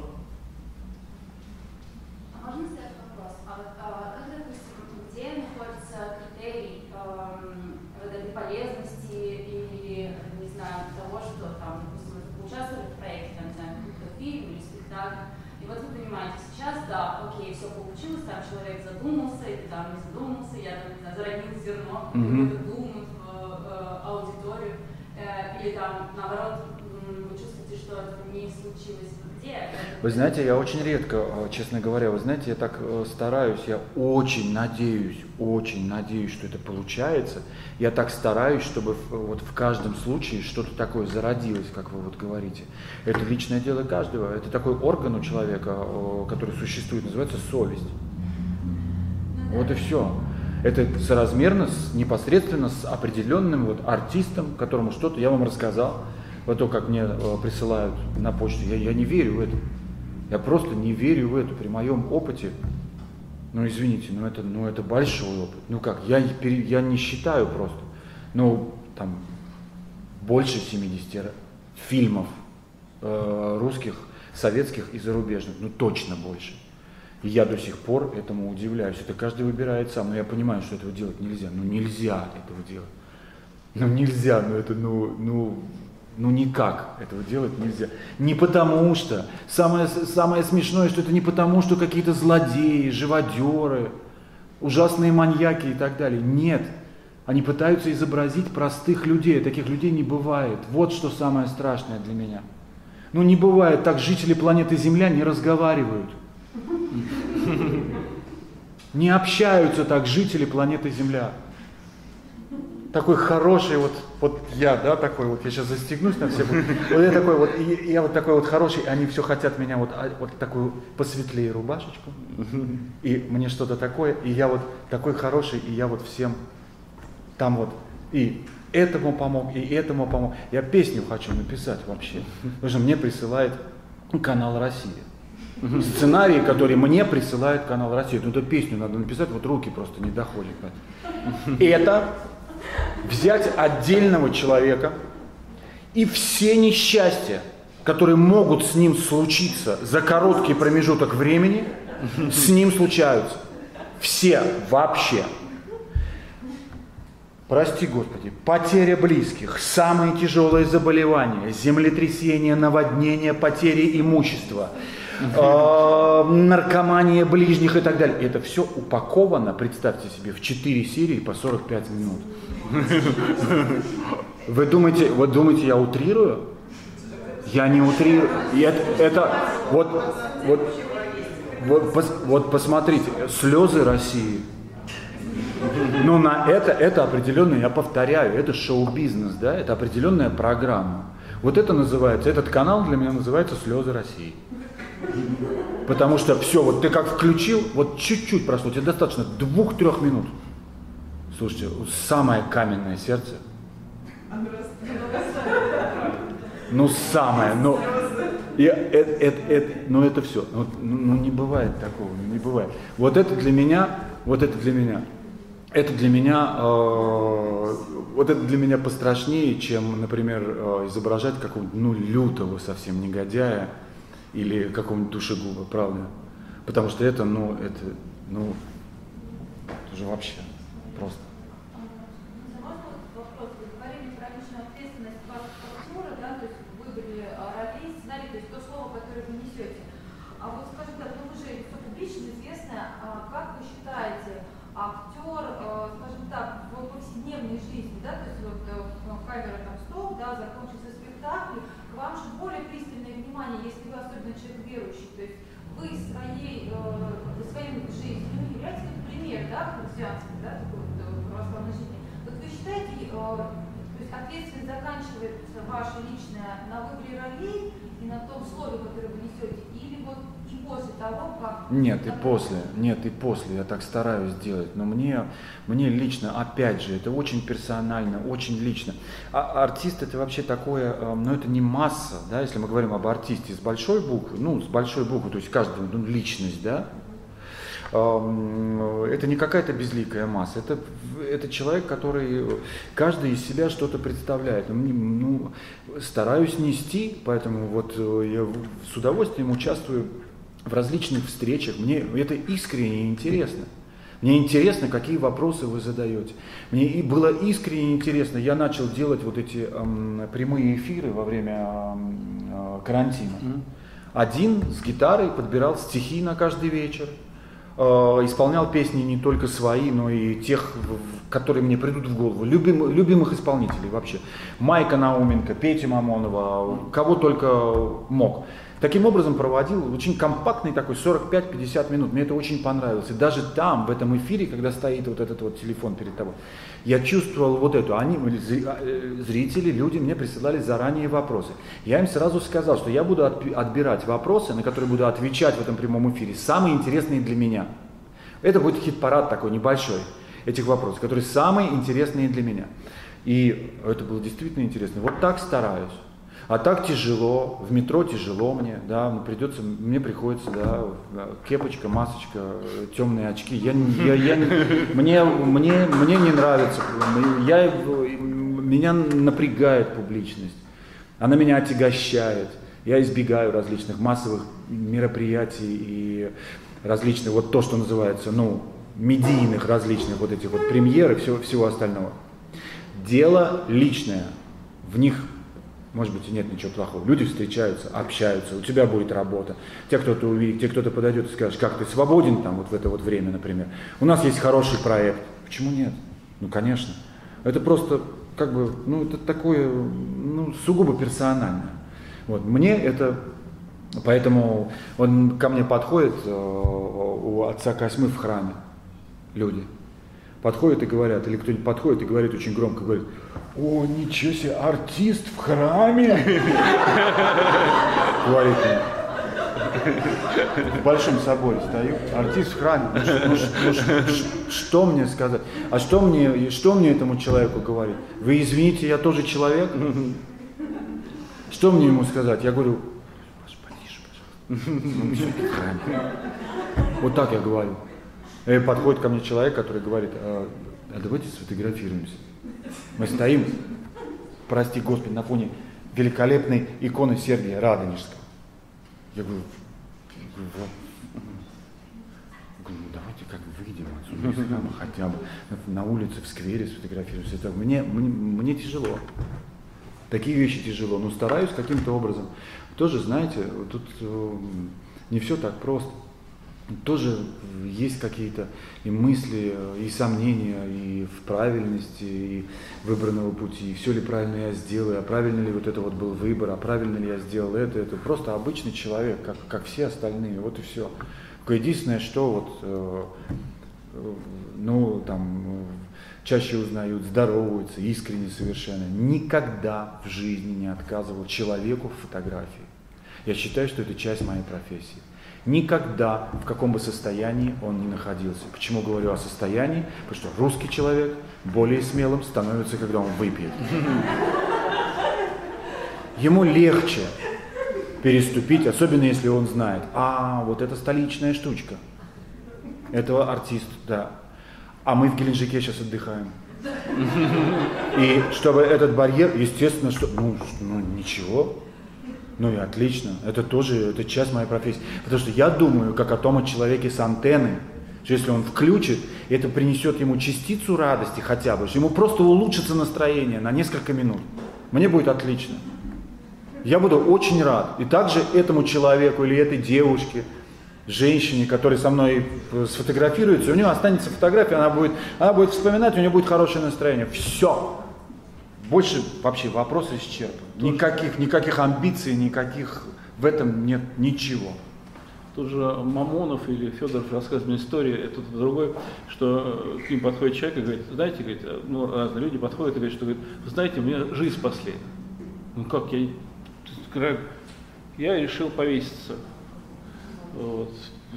А можно задать вопрос? Как, допустим, где находится критерий этой полезности или, не знаю, того, что там, допустим, вы участвовали в проекте, там, не знаю, какой-то фильм или спектакль, и вот вы понимаете, сейчас, да, окей, все получилось, там человек задумался, или там не задумался, я там, не знаю, заронил зерно, какой-то думаю в аудиторию, или там, наоборот, вы чувствуете, что это не случилось. Где? Вы знаете, я очень редко, честно говоря, вы знаете, я так стараюсь, я очень надеюсь, что это получается. Я так стараюсь, чтобы вот в каждом случае что-то такое зародилось, как вы вот говорите. Это личное дело каждого, это такой орган у человека, который существует, называется совесть. Вот и все. Это соразмерно, непосредственно с определенным вот артистом, которому что-то я вам рассказал. Вот то, как мне присылают на почту, я не верю в это. Я просто не верю в это. При моем опыте, извините, это большой опыт. Я не считаю просто. Там больше 70 фильмов русских, советских и зарубежных. Точно больше. И я до сих пор этому удивляюсь. Это каждый выбирает сам. Но я понимаю, что этого делать нельзя. Нельзя этого делать. Нельзя, никак этого делать нельзя. Не потому что, самое смешное, что это не потому, что какие-то злодеи, живодеры, ужасные маньяки и так далее. Нет, они пытаются изобразить простых людей, таких людей не бывает. Вот что самое страшное для меня. Не бывает, так жители планеты Земля не разговаривают. Не общаются так жители планеты Земля. Такой хороший, вот я, да, такой вот, я сейчас застегнусь на все. Вот я такой вот, я вот такой вот хороший, они все хотят меня вот такую посветлее рубашечку, и мне что-то такое, и я вот такой хороший, и я вот всем там вот, и этому помог, и этому помог. Я песню хочу написать вообще, потому что мне присылает канал «Россия». Сценарии, которые мне присылает канал «Россия». Эту песню надо написать, вот руки просто не доходят. Это взять отдельного человека и все несчастья, которые могут с ним случиться за короткий промежуток времени, с ним случаются. Все вообще. Прости, Господи, потеря близких, самые тяжелые заболевания, землетрясения, наводнения, потери имущества, наркомания ближних и так далее. Это все упаковано, представьте себе, в 4 серии по 45 минут. Вы думаете, я утрирую? Я не утрирую. Вот посмотрите, слезы России. Ну, это определенно, я повторяю, это шоу-бизнес, да, это определенная программа. Вот это называется, этот канал для меня называется «Слезы России». Потому что все, вот ты как включил, вот чуть-чуть прошло, тебе достаточно 2-3 минут. Слушайте, самое каменное сердце. Ну, самое, ну это все. Ну, не бывает такого, не бывает. Вот это для меня пострашнее, чем, например, изображать какого-нибудь, лютого совсем негодяя или какого-нибудь душегуба, правда? Потому что это же вообще просто. Вопрос. Вы говорили про личную ответственность вас как актера, да, то есть выбрали ролей, сценарий, то есть то слово, которое вы несете. А вот скажем так, вы же все публично известно, как вы считаете, актер, скажем так, в повседневной жизни, да, то есть вот камера там стоп, да, закончился спектакль, к вам же более пристальное внимание, если вы особенно человек верующий, то есть вы своей жизнью являетесь как пример, да, христианской, да, такой вот православной жизни. Вот вы считаете, то есть ответственность заканчивается ваша личная на выборе ролей и на том слове, которое вы несете, или вот и после того, как... Нет, и после, я так стараюсь делать, но мне лично, опять же, это очень персонально, очень лично. А артист это вообще такое, это не масса, да, если мы говорим об артисте с большой буквы, то есть каждый, личность, да, это не какая-то безликая масса, это человек, который каждый из себя что-то представляет. Стараюсь нести, поэтому вот я с удовольствием участвую в различных встречах. Мне это искренне интересно. Мне интересно, какие вопросы вы задаете. Мне и было искренне интересно. Я начал делать вот эти прямые эфиры во время карантина. Один с гитарой подбирал стихи на каждый вечер. Исполнял песни не только свои, но и тех, которые мне придут в голову, любимых исполнителей вообще. Майка Науменко, Петя Мамонова, кого только мог. Таким образом проводил очень компактный такой 45-50 минут. Мне это очень понравилось. И даже там, в этом эфире, когда стоит вот этот вот телефон перед тобой, я чувствовал вот эту. Зрители, люди мне присылали заранее вопросы. Я им сразу сказал, что я буду отбирать вопросы, на которые буду отвечать в этом прямом эфире, самые интересные для меня. Это будет хит-парад такой небольшой этих вопросов, которые самые интересные для меня. И это было действительно интересно. Вот так стараюсь. А так тяжело, в метро тяжело мне, да, мне приходится, да, кепочка, масочка, темные очки. Мне не нравится, меня напрягает публичность, она меня отягощает. Я избегаю различных массовых мероприятий и различных, вот то, что называется, медийных различных вот этих вот премьер и всего остального. Дело личное, в них, может быть, и нет ничего плохого. Люди встречаются, общаются, у тебя будет работа. Тебя кто-то увидит, тебе кто-то подойдет и скажет, как ты свободен там вот в это вот время, например. У нас есть хороший проект. Почему нет? Конечно. Это просто это такое, сугубо персональное. Вот. Мне это, поэтому он ко мне подходит, у отца Косьмы в храме люди. Подходят и говорят, или кто-нибудь подходит и говорит очень громко, говорит: «О, ничего себе, артист в храме!» Говорит он. В Большом соборе стою, артист в храме. Что мне сказать? А что мне этому человеку говорить? Вы извините, я тоже человек? Что мне ему сказать? Я говорю: «Потише, пожалуйста». Вот так я говорю. И подходит ко мне человек, который говорит: а давайте сфотографируемся. Мы стоим, прости Господи, на фоне великолепной иконы Сергия Радонежского. Я говорю, давайте как выйдем отсюда из храма хотя бы, на улице, в сквере сфотографируемся. Это мне тяжело. Такие вещи тяжело, но стараюсь каким-то образом. Тоже, знаете, тут не все так просто. тоже есть какие-то и мысли, и сомнения, и в правильности, и выбранного пути, и все ли правильно я сделал, а правильно ли вот это вот был выбор, а правильно ли я сделал это просто обычный человек, как все остальные, вот и все. Единственное, что вот, ну, там, чаще узнают, здороваются, искренне совершенно. Никогда в жизни не отказывал человеку в фотографии. Я считаю, что это часть моей профессии. Никогда, в каком бы состоянии он ни находился. Почему говорю о состоянии? Потому что русский человек более смелым становится, когда он выпьет. Ему легче переступить, особенно если он знает, вот это столичная штучка. Это артист, да. А мы в Геленджике сейчас отдыхаем. И чтобы этот барьер, естественно, что, ну ничего. Ну и отлично, это тоже, это часть моей профессии. Потому что я думаю, как о том человеке с антенной, что если он включит, это принесет ему частицу радости хотя бы, что ему просто улучшится настроение на несколько минут. Мне будет отлично. Я буду очень рад. И также этому человеку или этой девушке, женщине, которая со мной сфотографируется, у нее останется фотография, она будет вспоминать, у нее будет хорошее настроение. Все. Больше вообще вопрос исчерпан. Никаких амбиций, никаких в этом нет ничего. Тут же Мамонов или Федоров рассказывает мне историю, это другой, что к ним подходит человек и говорит, знаете, говорит, ну, разные люди подходят и говорят, что, говорит, вы знаете, мне жизнь спасли. Ну как, я решил повеситься. Вот.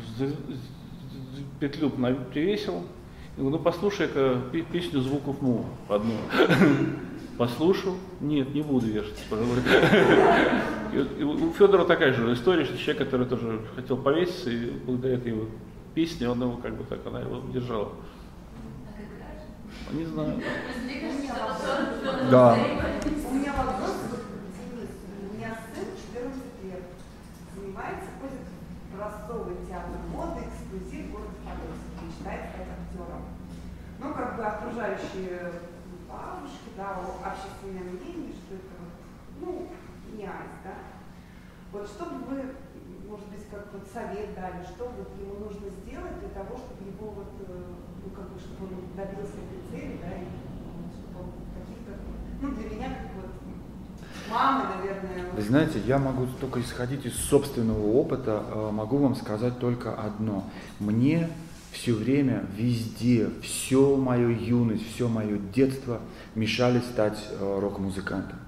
Петлю привесил. И говорю, ну послушай-ка песню звуков Му одну. Послушал, нет, не буду вешаться, пожалуй. И у Федора такая же история, что человек, который тоже хотел повеситься, и благодаря этой его песне, он его как бы так, она его держала. Не знаю. Да. У меня вопрос, у меня сын 14 лет, занимается, ходит в образцовый театр моды, эксклюзив город Подольск, мечтает стать актером. Ну, как бы окружающие бабушки, да, общественное мнение, что это, ну, не айс, да. Вот что бы вы, может быть, как вот совет дали, что вот ему нужно сделать для того, чтобы его вот, ну, как бы, чтобы он добился этой цели, да, и чтобы он каких-то, ну, для меня, как вот, мамы, наверное. Вы знаете, я могу только исходить из собственного опыта, могу вам сказать только одно. Мне все время, везде, всю мою юность, все мое детство мешали стать рок-музыкантом.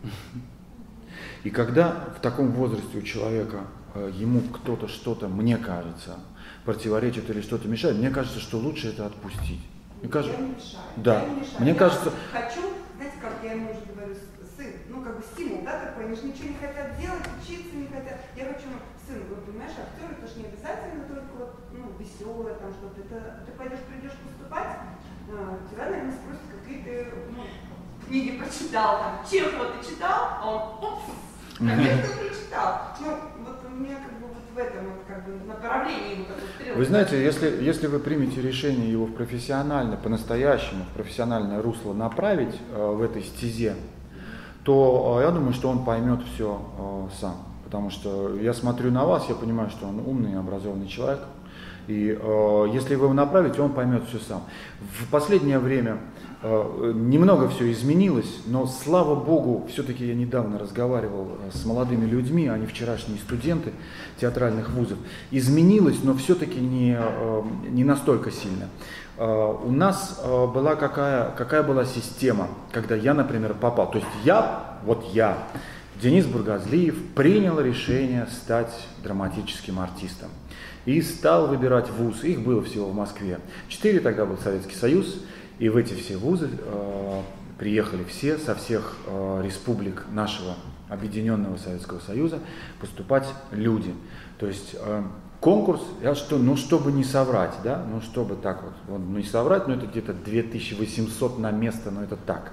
И когда в таком возрасте у человека ему кто-то что-то, мне кажется, противоречит или что-то мешает, мне кажется, что лучше это отпустить. Мне кажется, я не мешаю. Да. Я не мешаю. Мне кажется, хочу, знаете, как я ему уже говорю, сын, ну как бы стимул, да, такой, они же ничего не хотят делать, учиться не хотят. Я хочу, сын, вы понимаешь, актер, это же не обязательно только вот, ну, веселое там что-то. Это ты придешь поступать, тебя, наверное, спросят, какие ты, ну, книги прочитал, там, Чехова ты читал, а он, конечно, прочитал. Ну, вот у меня как бы вот в этом вот как бы направлении его такой стрелка. вы знаете, если вы примете решение его в профессионально, по-настоящему, в профессиональное русло направить в этой стезе, то я думаю, что он поймет все сам. Потому что я смотрю на вас, я понимаю, что он умный, образованный человек. И если вы его направите, он поймет все сам. В последнее время немного все изменилось, но, слава богу, все-таки я недавно разговаривал с молодыми людьми, они вчерашние студенты театральных вузов. Изменилось, но все-таки не настолько сильно. У нас была какая была система, когда я, например, попал. То есть я, Денис Бургазлиев, принял решение стать драматическим артистом. И стал выбирать вуз. Их было всего в Москве 4, тогда был Советский Союз. И в эти все вузы приехали все со всех республик нашего Объединенного Советского Союза поступать люди. То есть конкурс, чтобы не соврать, да, чтобы так вот, не соврать, это где-то 2800 на место, это так.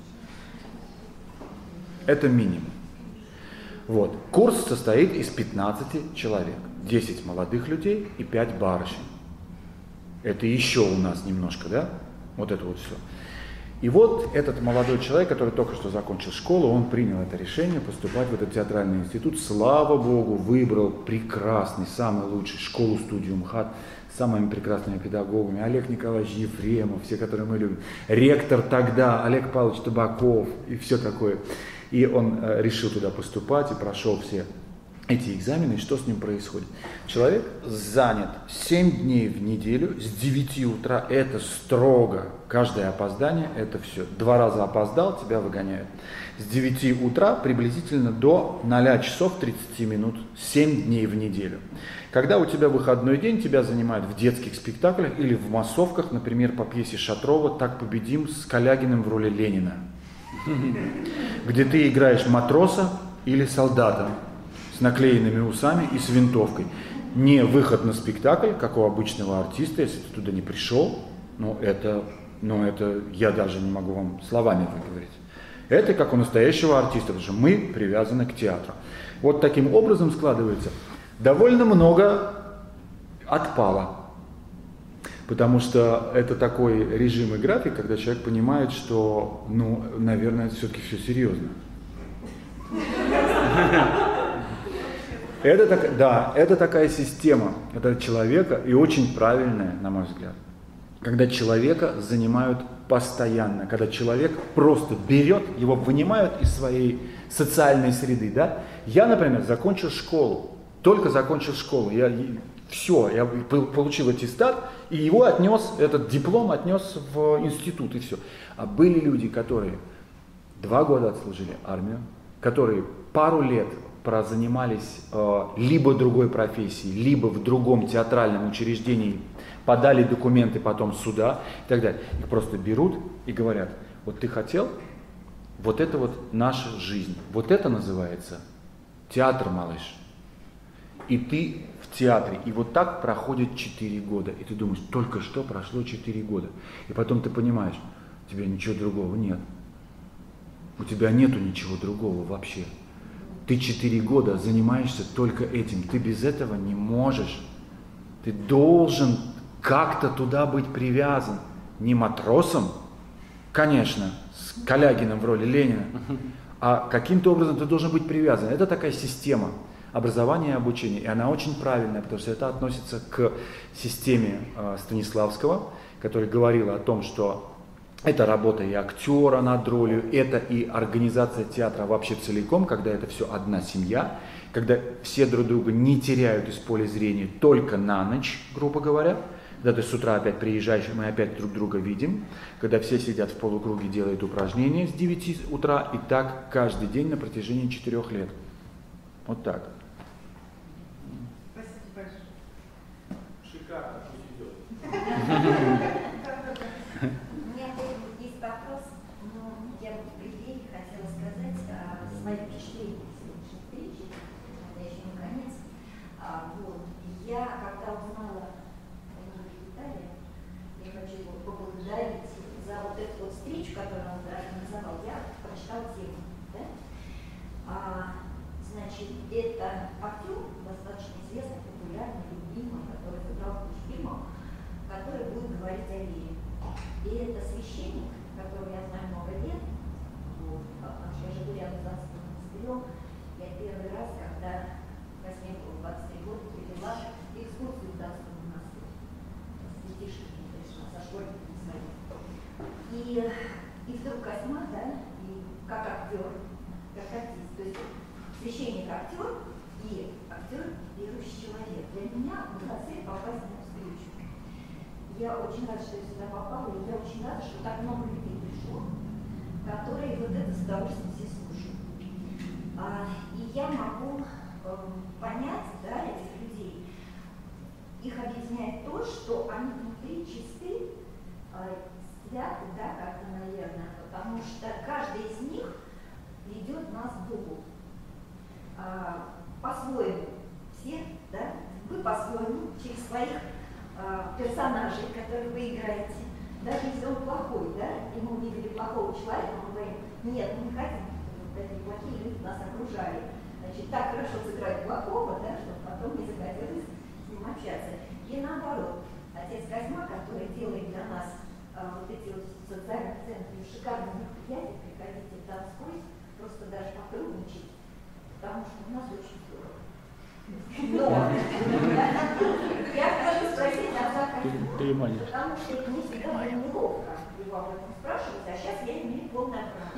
Это минимум. Вот. Курс состоит из 15 человек, 10 молодых людей и 5 барышень. Это еще у нас немножко, да? Вот это вот все. И вот этот молодой человек, который только что закончил школу, он принял это решение поступать в этот театральный институт. Слава Богу, выбрал прекрасный, самый лучший школу-студию МХАТ с самыми прекрасными педагогами. Олег Николаевич Ефремов, все, которые мы любим. Ректор тогда, Олег Павлович Табаков и все такое. И он решил туда поступать и прошел все эти экзамены. И что с ним происходит? Человек занят 7 дней в неделю с 9 утра. Это строго. Каждое опоздание – это все. 2 раза опоздал, тебя выгоняют. С 9 утра приблизительно до 0 часов 30 минут. 7 дней в неделю. Когда у тебя выходной день, тебя занимают в детских спектаклях или в массовках, например, по пьесе Шатрова «Так победим» с Калягиным в роли Ленина, где ты играешь матроса или солдата с наклеенными усами и с винтовкой. Не выход на спектакль, как у обычного артиста, если ты туда не пришел, но это я даже не могу вам словами выговорить. Это как у настоящего артиста, потому что мы привязаны к театру. Вот таким образом складывается. Довольно много отпало, потому что это такой режим и график, когда человек понимает, что, наверное, это все-таки все серьезно. Это такая система, это человека, и очень правильная, на мой взгляд, когда человека занимают постоянно, когда человек просто берет, его вынимают из своей социальной среды. Да? Я, например, закончил школу, только закончил школу, я получил аттестат, и его этот диплом отнес в институт, и все. А были люди, которые 2 года отслужили армию, которые пару лет прозанимались либо другой профессией, либо в другом театральном учреждении, подали документы потом сюда и так далее. Их просто берут и говорят: вот ты хотел, вот это вот наша жизнь, вот это называется театр, малыш. И ты в театре, и вот так проходит 4 года. И ты думаешь, только что прошло 4 года. И потом ты понимаешь, у тебя ничего другого нет. У тебя нету ничего другого вообще. Ты 4 года занимаешься только этим. Ты без этого не можешь. Ты должен как-то туда быть привязан. Не матросом, конечно, с Калягиным в роли Ленина, а каким-то образом ты должен быть привязан. Это такая система образования и обучения. И она очень правильная, потому что это относится к системе Станиславского, который говорил о том, что это работа и актера над ролью, это и организация театра вообще целиком, когда это все одна семья, когда все друг друга не теряют из поля зрения только на ночь, грубо говоря. Когда ты с утра опять приезжаешь, мы опять друг друга видим, когда все сидят в полукруге, делают упражнения с 9 утра, и так каждый день на протяжении 4 лет. Вот так. Спасибо большое. Шикарно, пусть идет. У меня есть вопрос, но я в идее хотела сказать свои впечатления сегодняшней встречи, когда еще не конец. Я, когда узнала о многих деталях, я хочу его поблагодарить за вот эту вот встречу, которую он организовал. Я прочитала тему. Да? Значит, это актер, достаточно известный, популярный, любимый, который сыграл в фильмах, который будет говорить о вере. И это священник, которого я знаю много лет, потому что я живу рядом с Донским монастырем. Я первый раз, когда мне было 23 года, привела экскурсию в Донском монастыре. С детишками пришла, со школьниками своими. И вдруг Косьма, да, и как актер, как артист. То есть священник-актер и актер верующий человек. Для меня была цель попасть на встречу. Я очень рада, что я сюда попала, и я очень рада, что так много людей пришло, которые вот это с удовольствием все слушают. И я могу понять, да, этих людей. Их объединяет то, что они внутри чисты, святы, да, как-то, наверное, потому что каждый из них ведет нас к Богу. По-своему. Все, да? Вы по-своему, через своих персонажей, которые вы играете. Даже если он плохой, да, и мы увидели плохого человека, мы говорим: нет, мы не хотим, чтобы такие плохие люди нас окружали. Значит, так хорошо сыграть плохого, да, чтобы потом не захотелось с ним общаться. И наоборот, отец Козьма, который делает для нас вот эти вот социальные центры шикарное мероприятие, приходите в Донской, просто даже потрудничать, потому что у нас очень здорово. Но я хочу спросить отца Казимова, потому что это не всегда неловко его об этом спрашивать, а сейчас я имею полное право.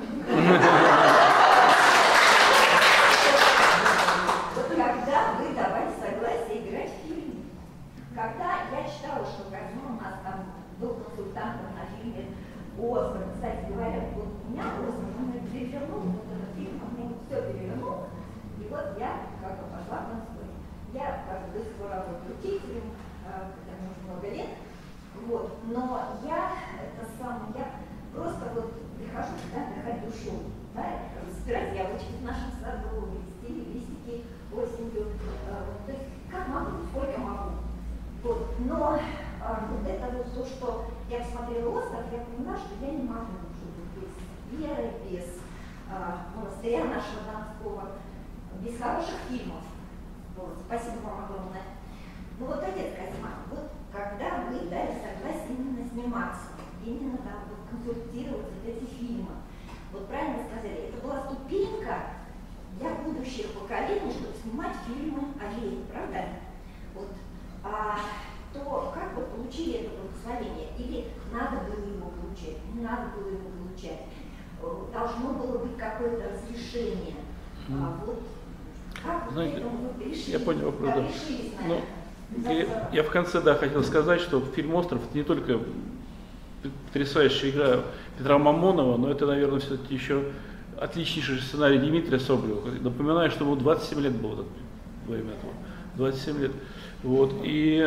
Вот когда вы давали согласие играть в фильме, когда я читала, что Казимов у нас там был консультантом на фильме «Оскар», кстати говоря, вот у меня Оскар, он мне перевернул, вот этот фильм, он мне все перевернул, и вот я как бы пошла в Донской. Я как бы до сих пор работаю учителем, хотя мне уже много лет, вот, но я просто вот прихожу сюда отдыхать душой, да, собирать яблочки в нашем саду, вести листики осенью, то есть как могу, сколько могу. Вот. Но вот это вот то, что я посмотрела «Оскар», я поняла, что я не могу жить без веры, без монастыря нашего Донского, без хороших фильмов. Вот. Спасибо вам огромное. Ну вот, отец Казимов, вот когда вы дали согласие именно сниматься, именно там вот, консультировать вот эти фильмы, вот правильно сказали, это была ступенька для будущих поколений, чтобы снимать фильмы о вере, правда? Вот. То как вы получили это благословение? Или надо было его получать? Не надо было его получать? Должно было быть какое-то разрешение. Вот. Как вы к этому пришли? Я понял вопрос, да. Ну, я в конце, да, хотел сказать, что фильм «Остров» это не только потрясающая игра Петра Мамонова, но это, наверное, все-таки еще отличнейший сценарий Дмитрия Соболева. Напоминаю, что ему 27 лет было во время этого. 27 лет. Вот. И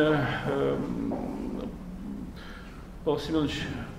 Павел Семенович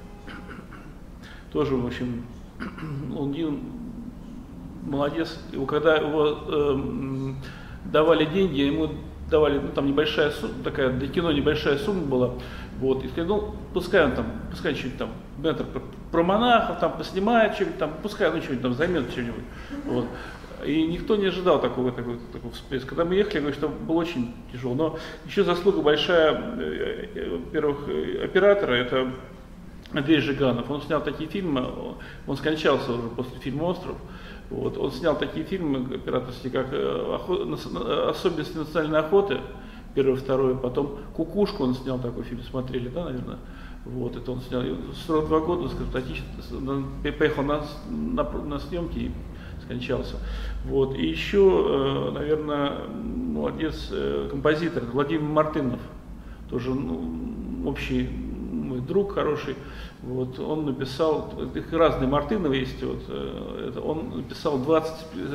тоже, в общем, он молодец. Когда его давали деньги, ему давали, ну, там небольшая сумма, такая для кино небольшая сумма была. Вот. И сказали, ну, пускай он там, пускай что-нибудь там, про монахов там поснимает, что-нибудь там, пускай он что-нибудь там займет что-нибудь. Вот. И никто не ожидал такого всплеска. Когда мы ехали, я говорю, что было очень тяжело. Но еще заслуга большая, во-первых, оператора, это Андрей Жиганов. Он снял такие фильмы, он скончался уже после фильма «Остров». Вот. Он снял такие фильмы операторские, как «Особенности национальной охоты», первый, второй, потом «Кукушку» он снял такой фильм, смотрели, да, наверное? Вот, это он снял. 42 года, поехал на съемки и скончался. Вот. И еще, наверное, молодец композитор Владимир Мартынов, тоже общий мой друг хороший. Вот. Он написал, их разные Мартыновы есть, вот, он написал 20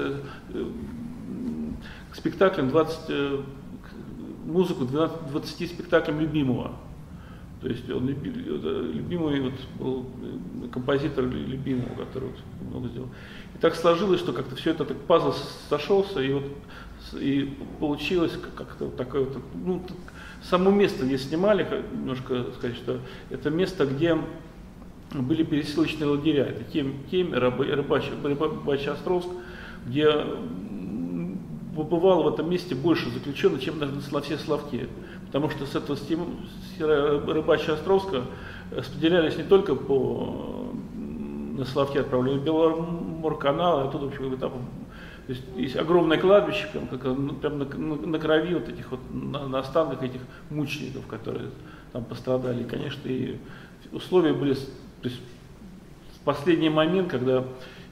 спектаклям, 20 музыку 20 спектаклям любимого. То есть он любимый вот, был композитор любимого, который вот много сделал. И так сложилось, что как-то все это так пазл сошелся, и вот и получилось как-то такое вот, ну, само место, где снимали, немножко сказать, что это место, где были пересылочные лагеря. Это Кемь, Рыбачий Островск, где побывало в этом месте больше заключенных, чем даже на все Славки. Потому что с этого Рыбачьего Островска распределялись не только на Славки, отправляли Беломорканал, оттуда, в общем, этапом. То есть огромное кладбище, прям на крови вот этих вот, на останках этих мучеников, которые там пострадали. И, конечно, и условия были, то есть в последний момент, когда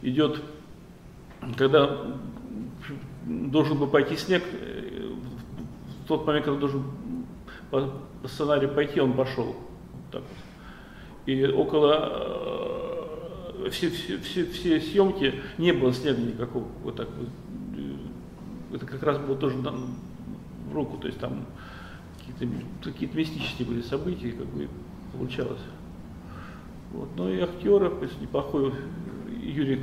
должен был пойти снег, в тот момент, когда должен по сценарию пойти, он пошел. Так вот. И около все съемки не было снега никакого. Вот так вот. Это как раз было тоже в руку, то есть там какие-то мистические были события, как бы получалось. Вот. Ну и актеры, то есть неплохой Юрий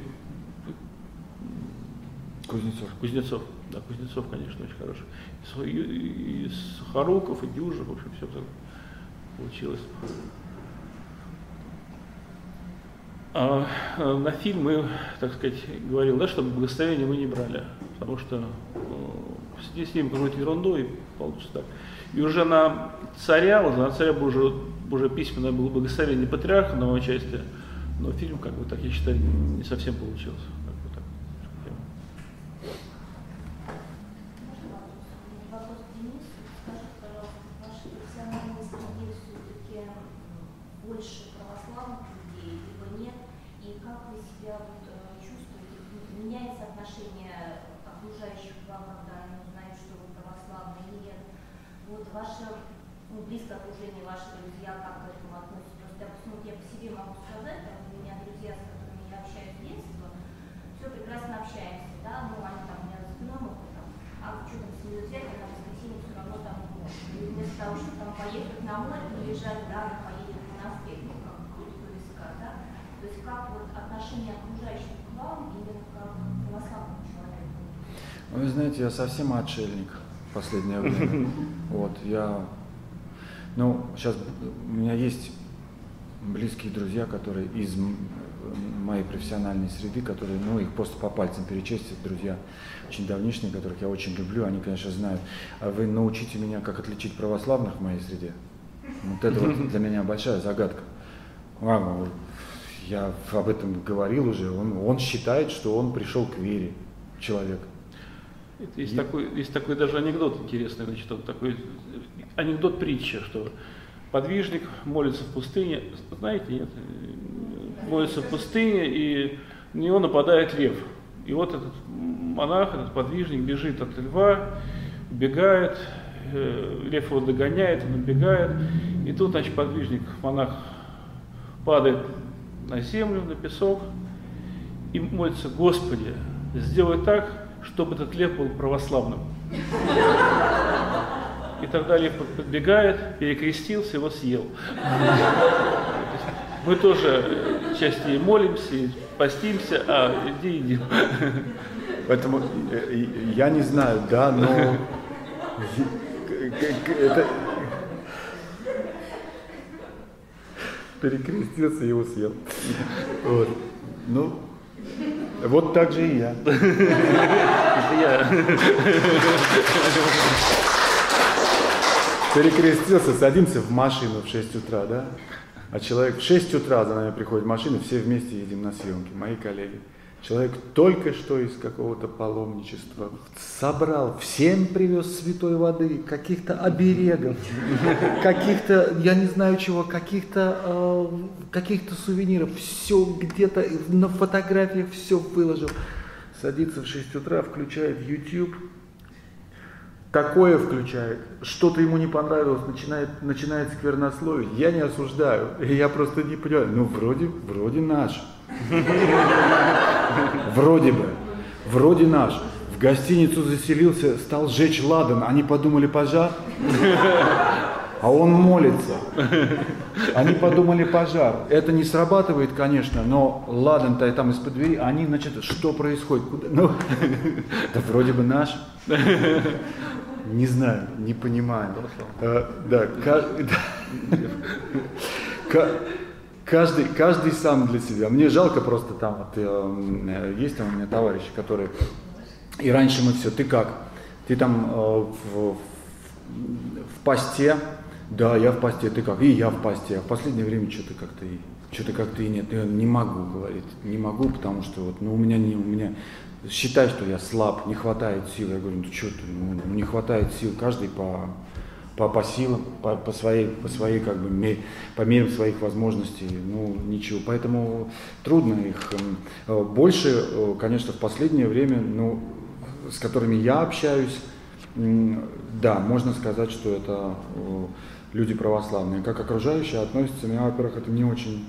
Кузнецов. Да, Кузнецов, конечно, очень хороший. И Сухоруков, и Дюжев, в общем, все так получилось. А на фильм мы, так сказать, говорил, да, чтобы благословение мы не брали, потому что здесь с ним какой-то ерундой и получится так. И уже на царя было уже письменное было благословение патриарха нового участия, Но фильм, как бы, так я считаю, не совсем получился. Как бы, так. Вопрос к Денису. Скажите, пожалуйста, в вашей профессиональной среде все-таки больше православных людей, либо нет? И как вы себя вот чувствуете? Меняется отношение окружающих к вам, когда они узнают, что вы православны или нет? Вот ваше близкое окружение, ваши друзья, как к этому относятся? Просто, допустим, я по себе могу сказать, там, у меня друзья, с которыми я общаюсь с детства, все прекрасно общаемся, да, ну они там у меня за спиной могут там, а что там с ними взять, а на воскресенье все равно там и вместо того, чтобы там поехать на море, приезжать, да, мы поедем в монастырь, ну как близко, да, то есть как вот отношение окружающих к вам именно как к православному человеку? Вы знаете, я совсем отшельник в последнее время. Вот, сейчас у меня есть близкие друзья, которые из моей профессиональной среды, которые, их просто по пальцам перечесть, друзья очень давнишние, которых я очень люблю, они, конечно, знают. А вы научите меня, как отличить православных в моей среде? Вот это вот для меня большая загадка. Мама, я об этом говорил уже, он считает, что он пришел к вере, человек. Есть такой даже анекдот интересный, значит, такой анекдот-притча, что подвижник молится в пустыне, знаете, нет? Молится в пустыне, и на него нападает лев. И вот этот монах, этот подвижник бежит от льва, убегает, лев его догоняет, он убегает, и тут, значит, подвижник, монах падает на землю, на песок, и молится: Господи, сделай так, чтобы этот лев был православным. И тогда лев подбегает, перекрестился, его съел. Мы тоже часто молимся, постимся, а иди едим. Поэтому я не знаю, да, но это... перекрестился и его съел. Вот. Вот так же и я. Это я. Перекрестился, садимся в машину в 6 утра, да? А человек в 6 утра за нами приходит машина, все вместе едем на съемки, мои коллеги. Человек только что из какого-то паломничества собрал, всем привез святой воды, каких-то оберегов, каких-то, я не знаю чего, каких-то сувениров, все где-то на фотографиях все выложил. Садится в 6 утра, включает YouTube, такое включает, что-то ему не понравилось, начинает сквернословить. Я не осуждаю, я просто не понимаю, вроде наш. Вроде наш. В гостиницу заселился, стал сжечь ладан, они подумали пожар, а он молится. Они подумали пожар. Это не срабатывает, конечно, но ладан-то там из-под двери, они, значит, что происходит? Да вроде бы наш. Не знаю, не понимаю. Каждый сам для себя. Мне жалко просто там, есть там у меня товарищи, которые, и раньше мы все, ты как? Ты там в посте? Да, я в посте, ты как? И я в посте. А в последнее время что-то как-то и нет. Я не могу, говорит, не могу, потому что вот, у меня считай, что я слаб, не хватает сил. Я говорю, что ты, не хватает сил, каждый по силам, по своей как бы, по мере своих возможностей, ничего. Поэтому трудно их. Больше, конечно, в последнее время, с которыми я общаюсь, да, можно сказать, что это люди православные. Как окружающие относятся, меня, во-первых, это не очень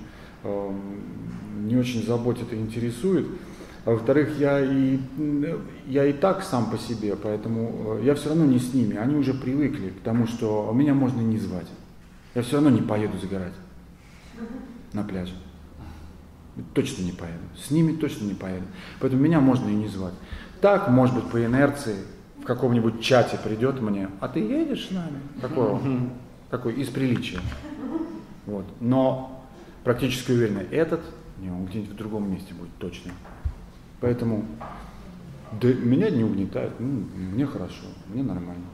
заботит и интересует. А во-вторых, я и так сам по себе, поэтому я все равно не с ними. Они уже привыкли к тому, что меня можно и не звать. Я все равно не поеду загорать на пляже. Точно не поеду. С ними точно не поеду. Поэтому меня можно и не звать. Так, может быть, по инерции в каком-нибудь чате придет мне: а ты едешь с нами? Такой из приличия. Вот. Но практически уверенно, он где-нибудь в другом месте будет точно. Поэтому да, меня не угнетает, мне хорошо, мне нормально.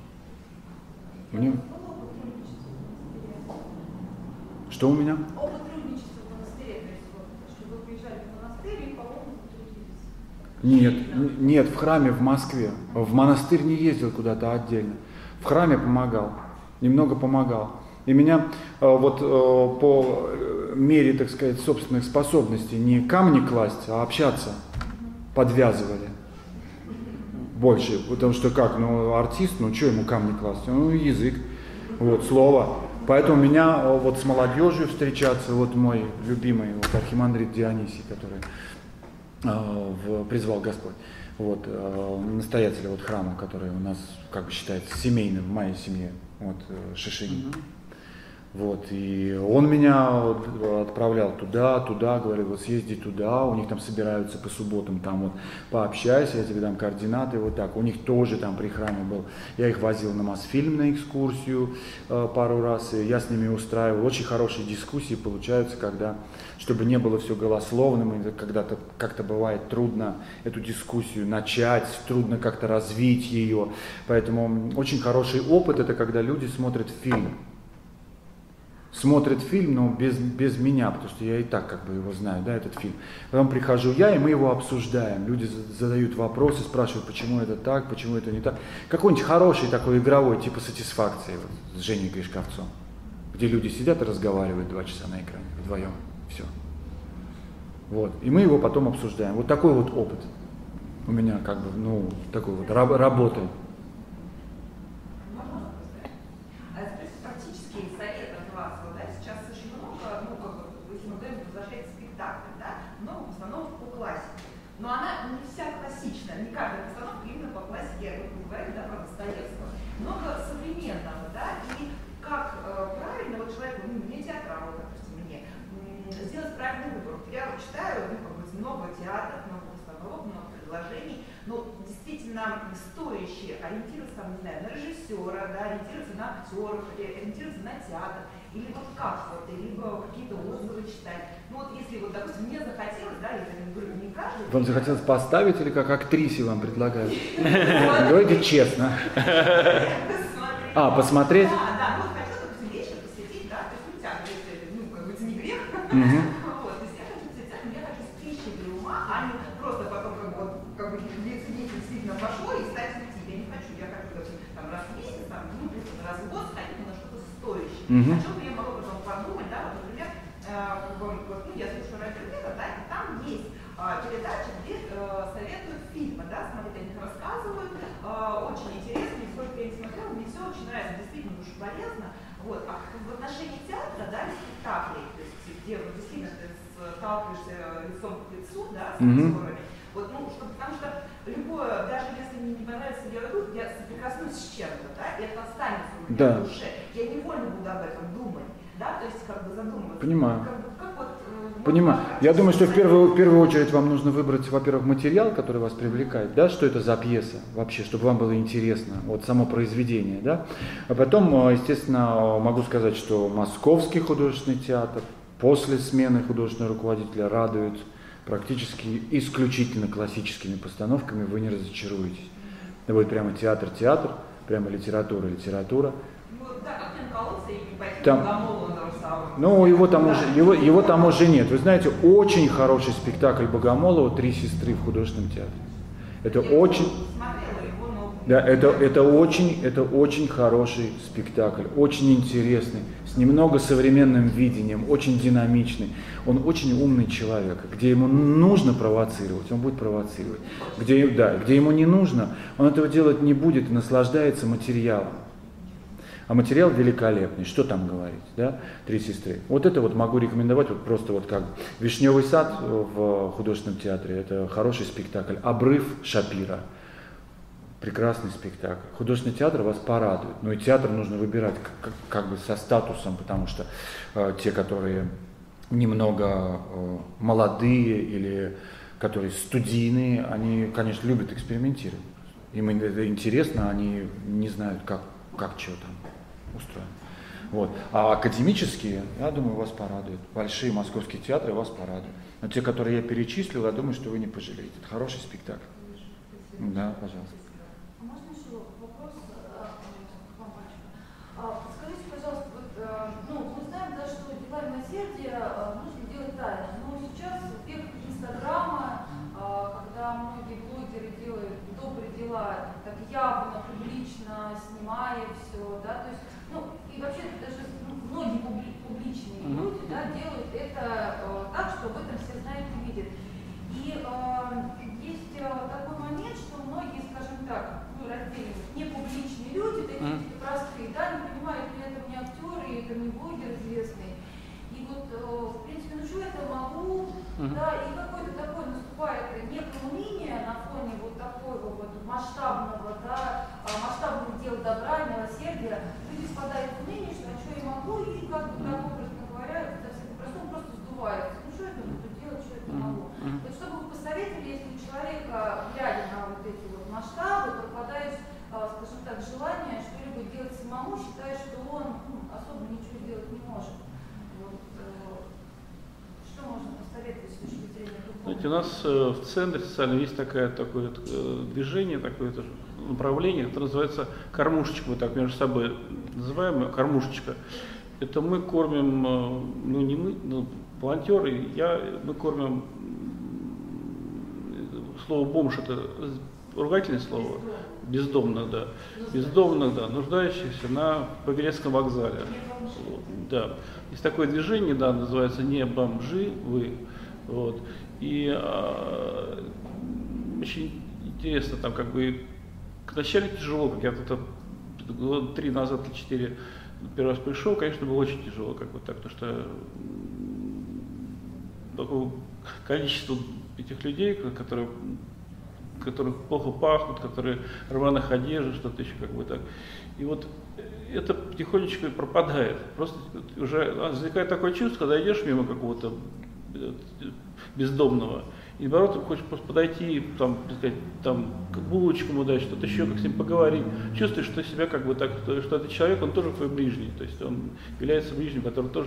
Что у меня? Опыт трудничества в монастыре, то есть, чтобы Нет, в храме в Москве. В монастырь не ездил куда-то отдельно. В храме помогал, немного помогал. И меня вот по мере, так сказать, собственных способностей не камни класть, а общаться подвязывали больше. Потому что как, артист, что ему камни класть? Язык, вот, слово. Поэтому меня вот с молодежью встречаться, вот мой любимый архимандрит Дионисий, который призвал Господь, вот, настоятеля вот храма, который у нас, как бы считается, семейным в моей семье, вот, Шишигин. Вот, и он меня отправлял туда, говорил, вот съезди туда, у них там собираются по субботам, там вот пообщайся, я тебе дам координаты, вот так. У них тоже там при храме был, я их возил на Мосфильм на экскурсию пару раз, и я с ними устраивал. Очень хорошие дискуссии получаются, когда, чтобы не было все голословным, и когда-то как-то бывает трудно эту дискуссию начать, трудно как-то развить ее. Поэтому очень хороший опыт — это когда люди смотрят фильм. Смотрят фильм, но без меня, потому что я и так как бы его знаю, да, этот фильм. Потом прихожу я, и мы его обсуждаем. Люди задают вопросы, спрашивают, почему это так, почему это не так. Какой-нибудь хороший такой игровой, типа «Сатисфакции» вот, с Женей Гришковцом, где люди сидят и разговаривают 2 часа на экране вдвоем. Все. Вот. И мы его потом обсуждаем. Вот такой вот опыт у меня как бы, такой вот работы. Но она не вся классичная, не каждая постановка именно по классике, вот вы говорите, да, про Достоевского. Много современного, да, и как правильно вот человеку, не театралу, допустим, мне, сделать правильный выбор. Я читаю, много театров, много постановок, много предложений, но действительно стоящие ориентироваться, там, не знаю, на режиссера, да, ориентироваться на актеров, ориентироваться на театр, или вот как вот, либо какие-то отзывы читать. Вот если вот, допустим, мне захотелось, да, я говорю, не каждый. Вам захотелось поставить или как актрисе вам предлагают? Говорите честно. Посмотреть? Да, вот хотела, допустим, вечер посетить, да, то есть театр, если, как бы, не грех. Вот, то есть я хочу посетить театр, я хочу с пищей для ума, а не просто потом, как бы, действительно пошло и стать идти. Я не хочу, я хочу, допустим, там, раз в месяц, там, раз в год сходить на что-то стоящее. О чем я могу потом подумать, да, вот, например, я слушаю радио «Лето», да, и там есть передачи, где советуют фильмы, да, смотрят, о них рассказывают, очень интересно, сколько я не смотрела, мне все очень нравится, действительно душеполезно. Вот. А в отношении театра, да, спектаклей, то есть, где вот, действительно ты сталкиваешься лицом к лицу, да, с актерами, вот, потому что любое, даже если мне не понравится диалог, я соприкоснусь с чем-то, да, и это останется у меня в душе, я невольно буду об этом думать. Да, то есть как бы задумываться. Понимаю. Как Понимаю. Я думаю, что в первую очередь вам нужно выбрать, во-первых, материал, который вас привлекает, да, что это за пьеса вообще, чтобы вам было интересно, вот само произведение, да. А потом, естественно, могу сказать, что Московский художественный театр после смены художественного руководителя радует практически исключительно классическими постановками, вы не разочаруетесь. Это будет прямо театр-театр, прямо литература-литература. Там, его там уже нет. Вы знаете, очень хороший спектакль Богомолова «Три сестры» в художественном театре. Это очень, да, это очень хороший спектакль, очень интересный, с немного современным видением, очень динамичный. Он очень умный человек. Где ему нужно провоцировать, он будет провоцировать. Где ему не нужно, он этого делать не будет и наслаждается материалом. А материал великолепный, что там говорить, да, «Три сестры». Вот это вот могу рекомендовать, вот просто вот как «Вишневый сад» в художественном театре, это хороший спектакль. «Обрыв» Шапира, прекрасный спектакль. Художественный театр вас порадует, но и театр нужно выбирать как бы со статусом, потому что те, которые немного молодые или которые студийные, они, конечно, любят экспериментировать. Им это интересно, они не знают, как что там устроено. Вот. А академические, я думаю, вас порадуют. Большие московские театры вас порадуют. Но те, которые я перечислил, я думаю, что вы не пожалеете. Это хороший спектакль. Да, пожалуйста. А можно еще вопрос к вам, батюшка? Скажите, пожалуйста, мы знаем, да, что дела милосердия нужно делать тайно. Но сейчас век Инстаграма, когда многие да, и какое-то такое наступает некое уныние на фоне вот такого вот масштабного, да, масштабных дел добра, милосердия, люди впадают в уныние, что что я могу, и как бы так образно говоря, по-простому просто сдувается. Ну что это буду делать, что это могу. Вот что бы вы посоветовали, если у человека, глядя на вот эти вот масштабы, попадает, скажем так, желание что-либо делать самому, считая, что он особо ничего делать не может. Вот, что можно посоветовать с точки зрения духовного? Знаете, у нас в центре социально есть такое движение, такое направление, которое называется кормушечка, мы так между собой называем, кормушечка. Это мы кормим, ну не мы, но волонтеры, мы кормим, слово бомж это ругательное слово, бездомных, да, нуждающихся на Павелецком вокзале. Да. Есть такое движение, да, называется «Не бомжи, вы». Вот. И очень интересно, там как бы вначале тяжело, как я тут года 3 назад или 4 первый раз пришел, конечно, было очень тяжело, как бы так, потому что такое количество этих людей, которые плохо пахнут, которые в рваных одеждах, что-то еще как бы так. И вот это потихонечку пропадает. Просто уже возникает такое чувство, когда идешь мимо какого-то бездомного, и наоборот, хочешь просто подойти, там, сказать, там, булочку ему дать, что-то еще, как с ним поговорить. Чувствуешь, что себя как бы так, что этот человек, он тоже твой ближний, то есть он является ближним, которого тоже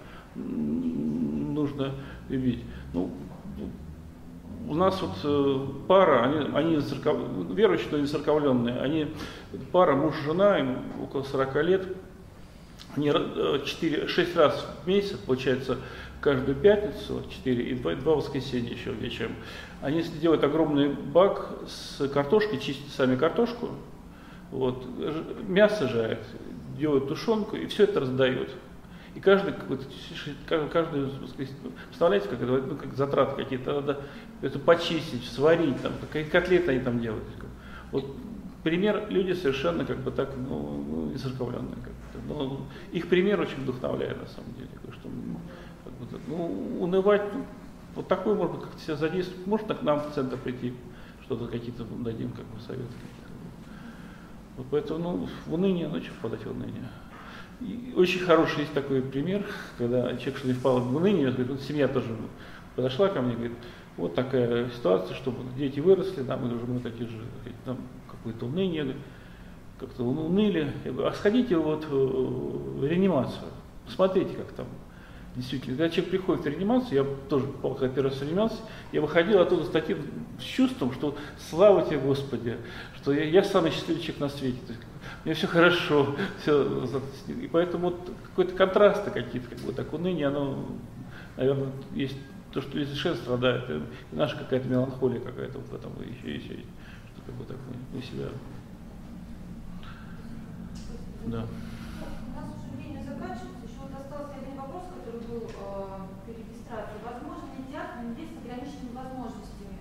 нужно любить. Ну, у нас вот пара, они верующие, но не церковленные, они пара, муж и жена, им около 40 лет, они 6 раз в месяц, получается, каждую пятницу, 4 и 2 воскресенья еще вечером, они делают огромный бак с картошкой, чистят сами картошку, вот, мясо жарят, делают тушенку и все это раздают. И каждый представляете, как это, ну, как затраты какие-то, надо это почистить, сварить, там, какие котлеты они там делают. Вот пример, люди совершенно как бы так, ну не церковленные. Но их пример очень вдохновляет на самом деле. Что, как бы, ну, унывать, ну, вот такой можно как-то себя задействовать, можно к нам в центр прийти, что-то какие-то дадим, как бы советы какие-то. Вот поэтому, ну, в уныние, ну, что впадать в уныние. И очень хороший есть такой пример, когда человек что-то впал в уныние, говорит, вот семья тоже подошла ко мне, говорит, вот такая ситуация, чтобы дети выросли, да, мы такие же, там какое-то уныние, как-то уныли. Я говорю, а сходите вот в реанимацию, посмотрите, как там. Действительно, когда человек приходит в реанимацию, я тоже попал первый раз в реанимацию, я выходил оттуда с таким чувством, что слава тебе, Господи, что я самый счастливый человек на свете. То есть, у меня все хорошо, все, и поэтому вот какой-то контрасты какие-то, как бы так уныние, оно, наверное, есть то, что весь совершенно страдает, и наша какая-то меланхолия какая-то вот в этом еще есть, что как бы так мы себя, да. У нас уже время заканчивается, еще вот остался один вопрос, который был при регистрации. Возможно ли театр людей с ограниченными возможностями?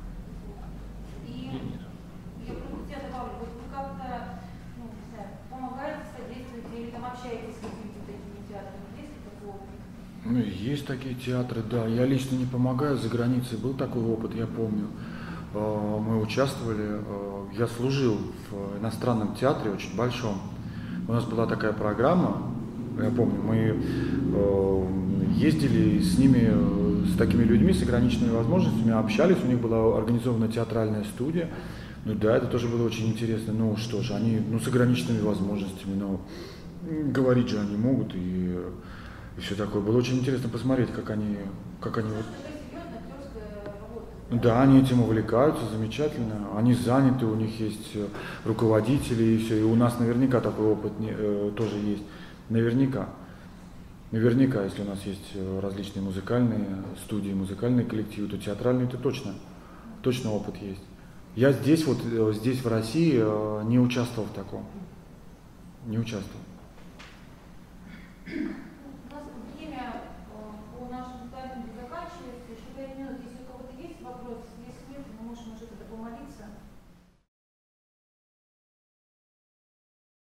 И я просто тебя добавлю, вот вы как-то, ну, не знаю, помогаете, содействуете или там общаетесь с какими-то такими театрами? Есть ли такой опыт? Ну, есть такие театры, да. Я лично не помогаю, за границей был такой опыт, я помню. Мы участвовали, я служил в иностранном театре, очень большом. У нас была такая программа, я помню, мы ездили с ними, с такими людьми с ограниченными возможностями, общались, у них была организована театральная студия. Ну да, это тоже было очень интересно. Ну что же, они с ограниченными возможностями, но говорить же они могут и все такое. Было очень интересно посмотреть, как они вот. Да, они этим увлекаются, замечательно. Они заняты, у них есть руководители и все. И у нас наверняка такой опыт тоже есть. Наверняка, если у нас есть различные музыкальные студии, музыкальные коллективы, то театральные это точно опыт есть. Я здесь в России не участвовал в таком. Не участвовал.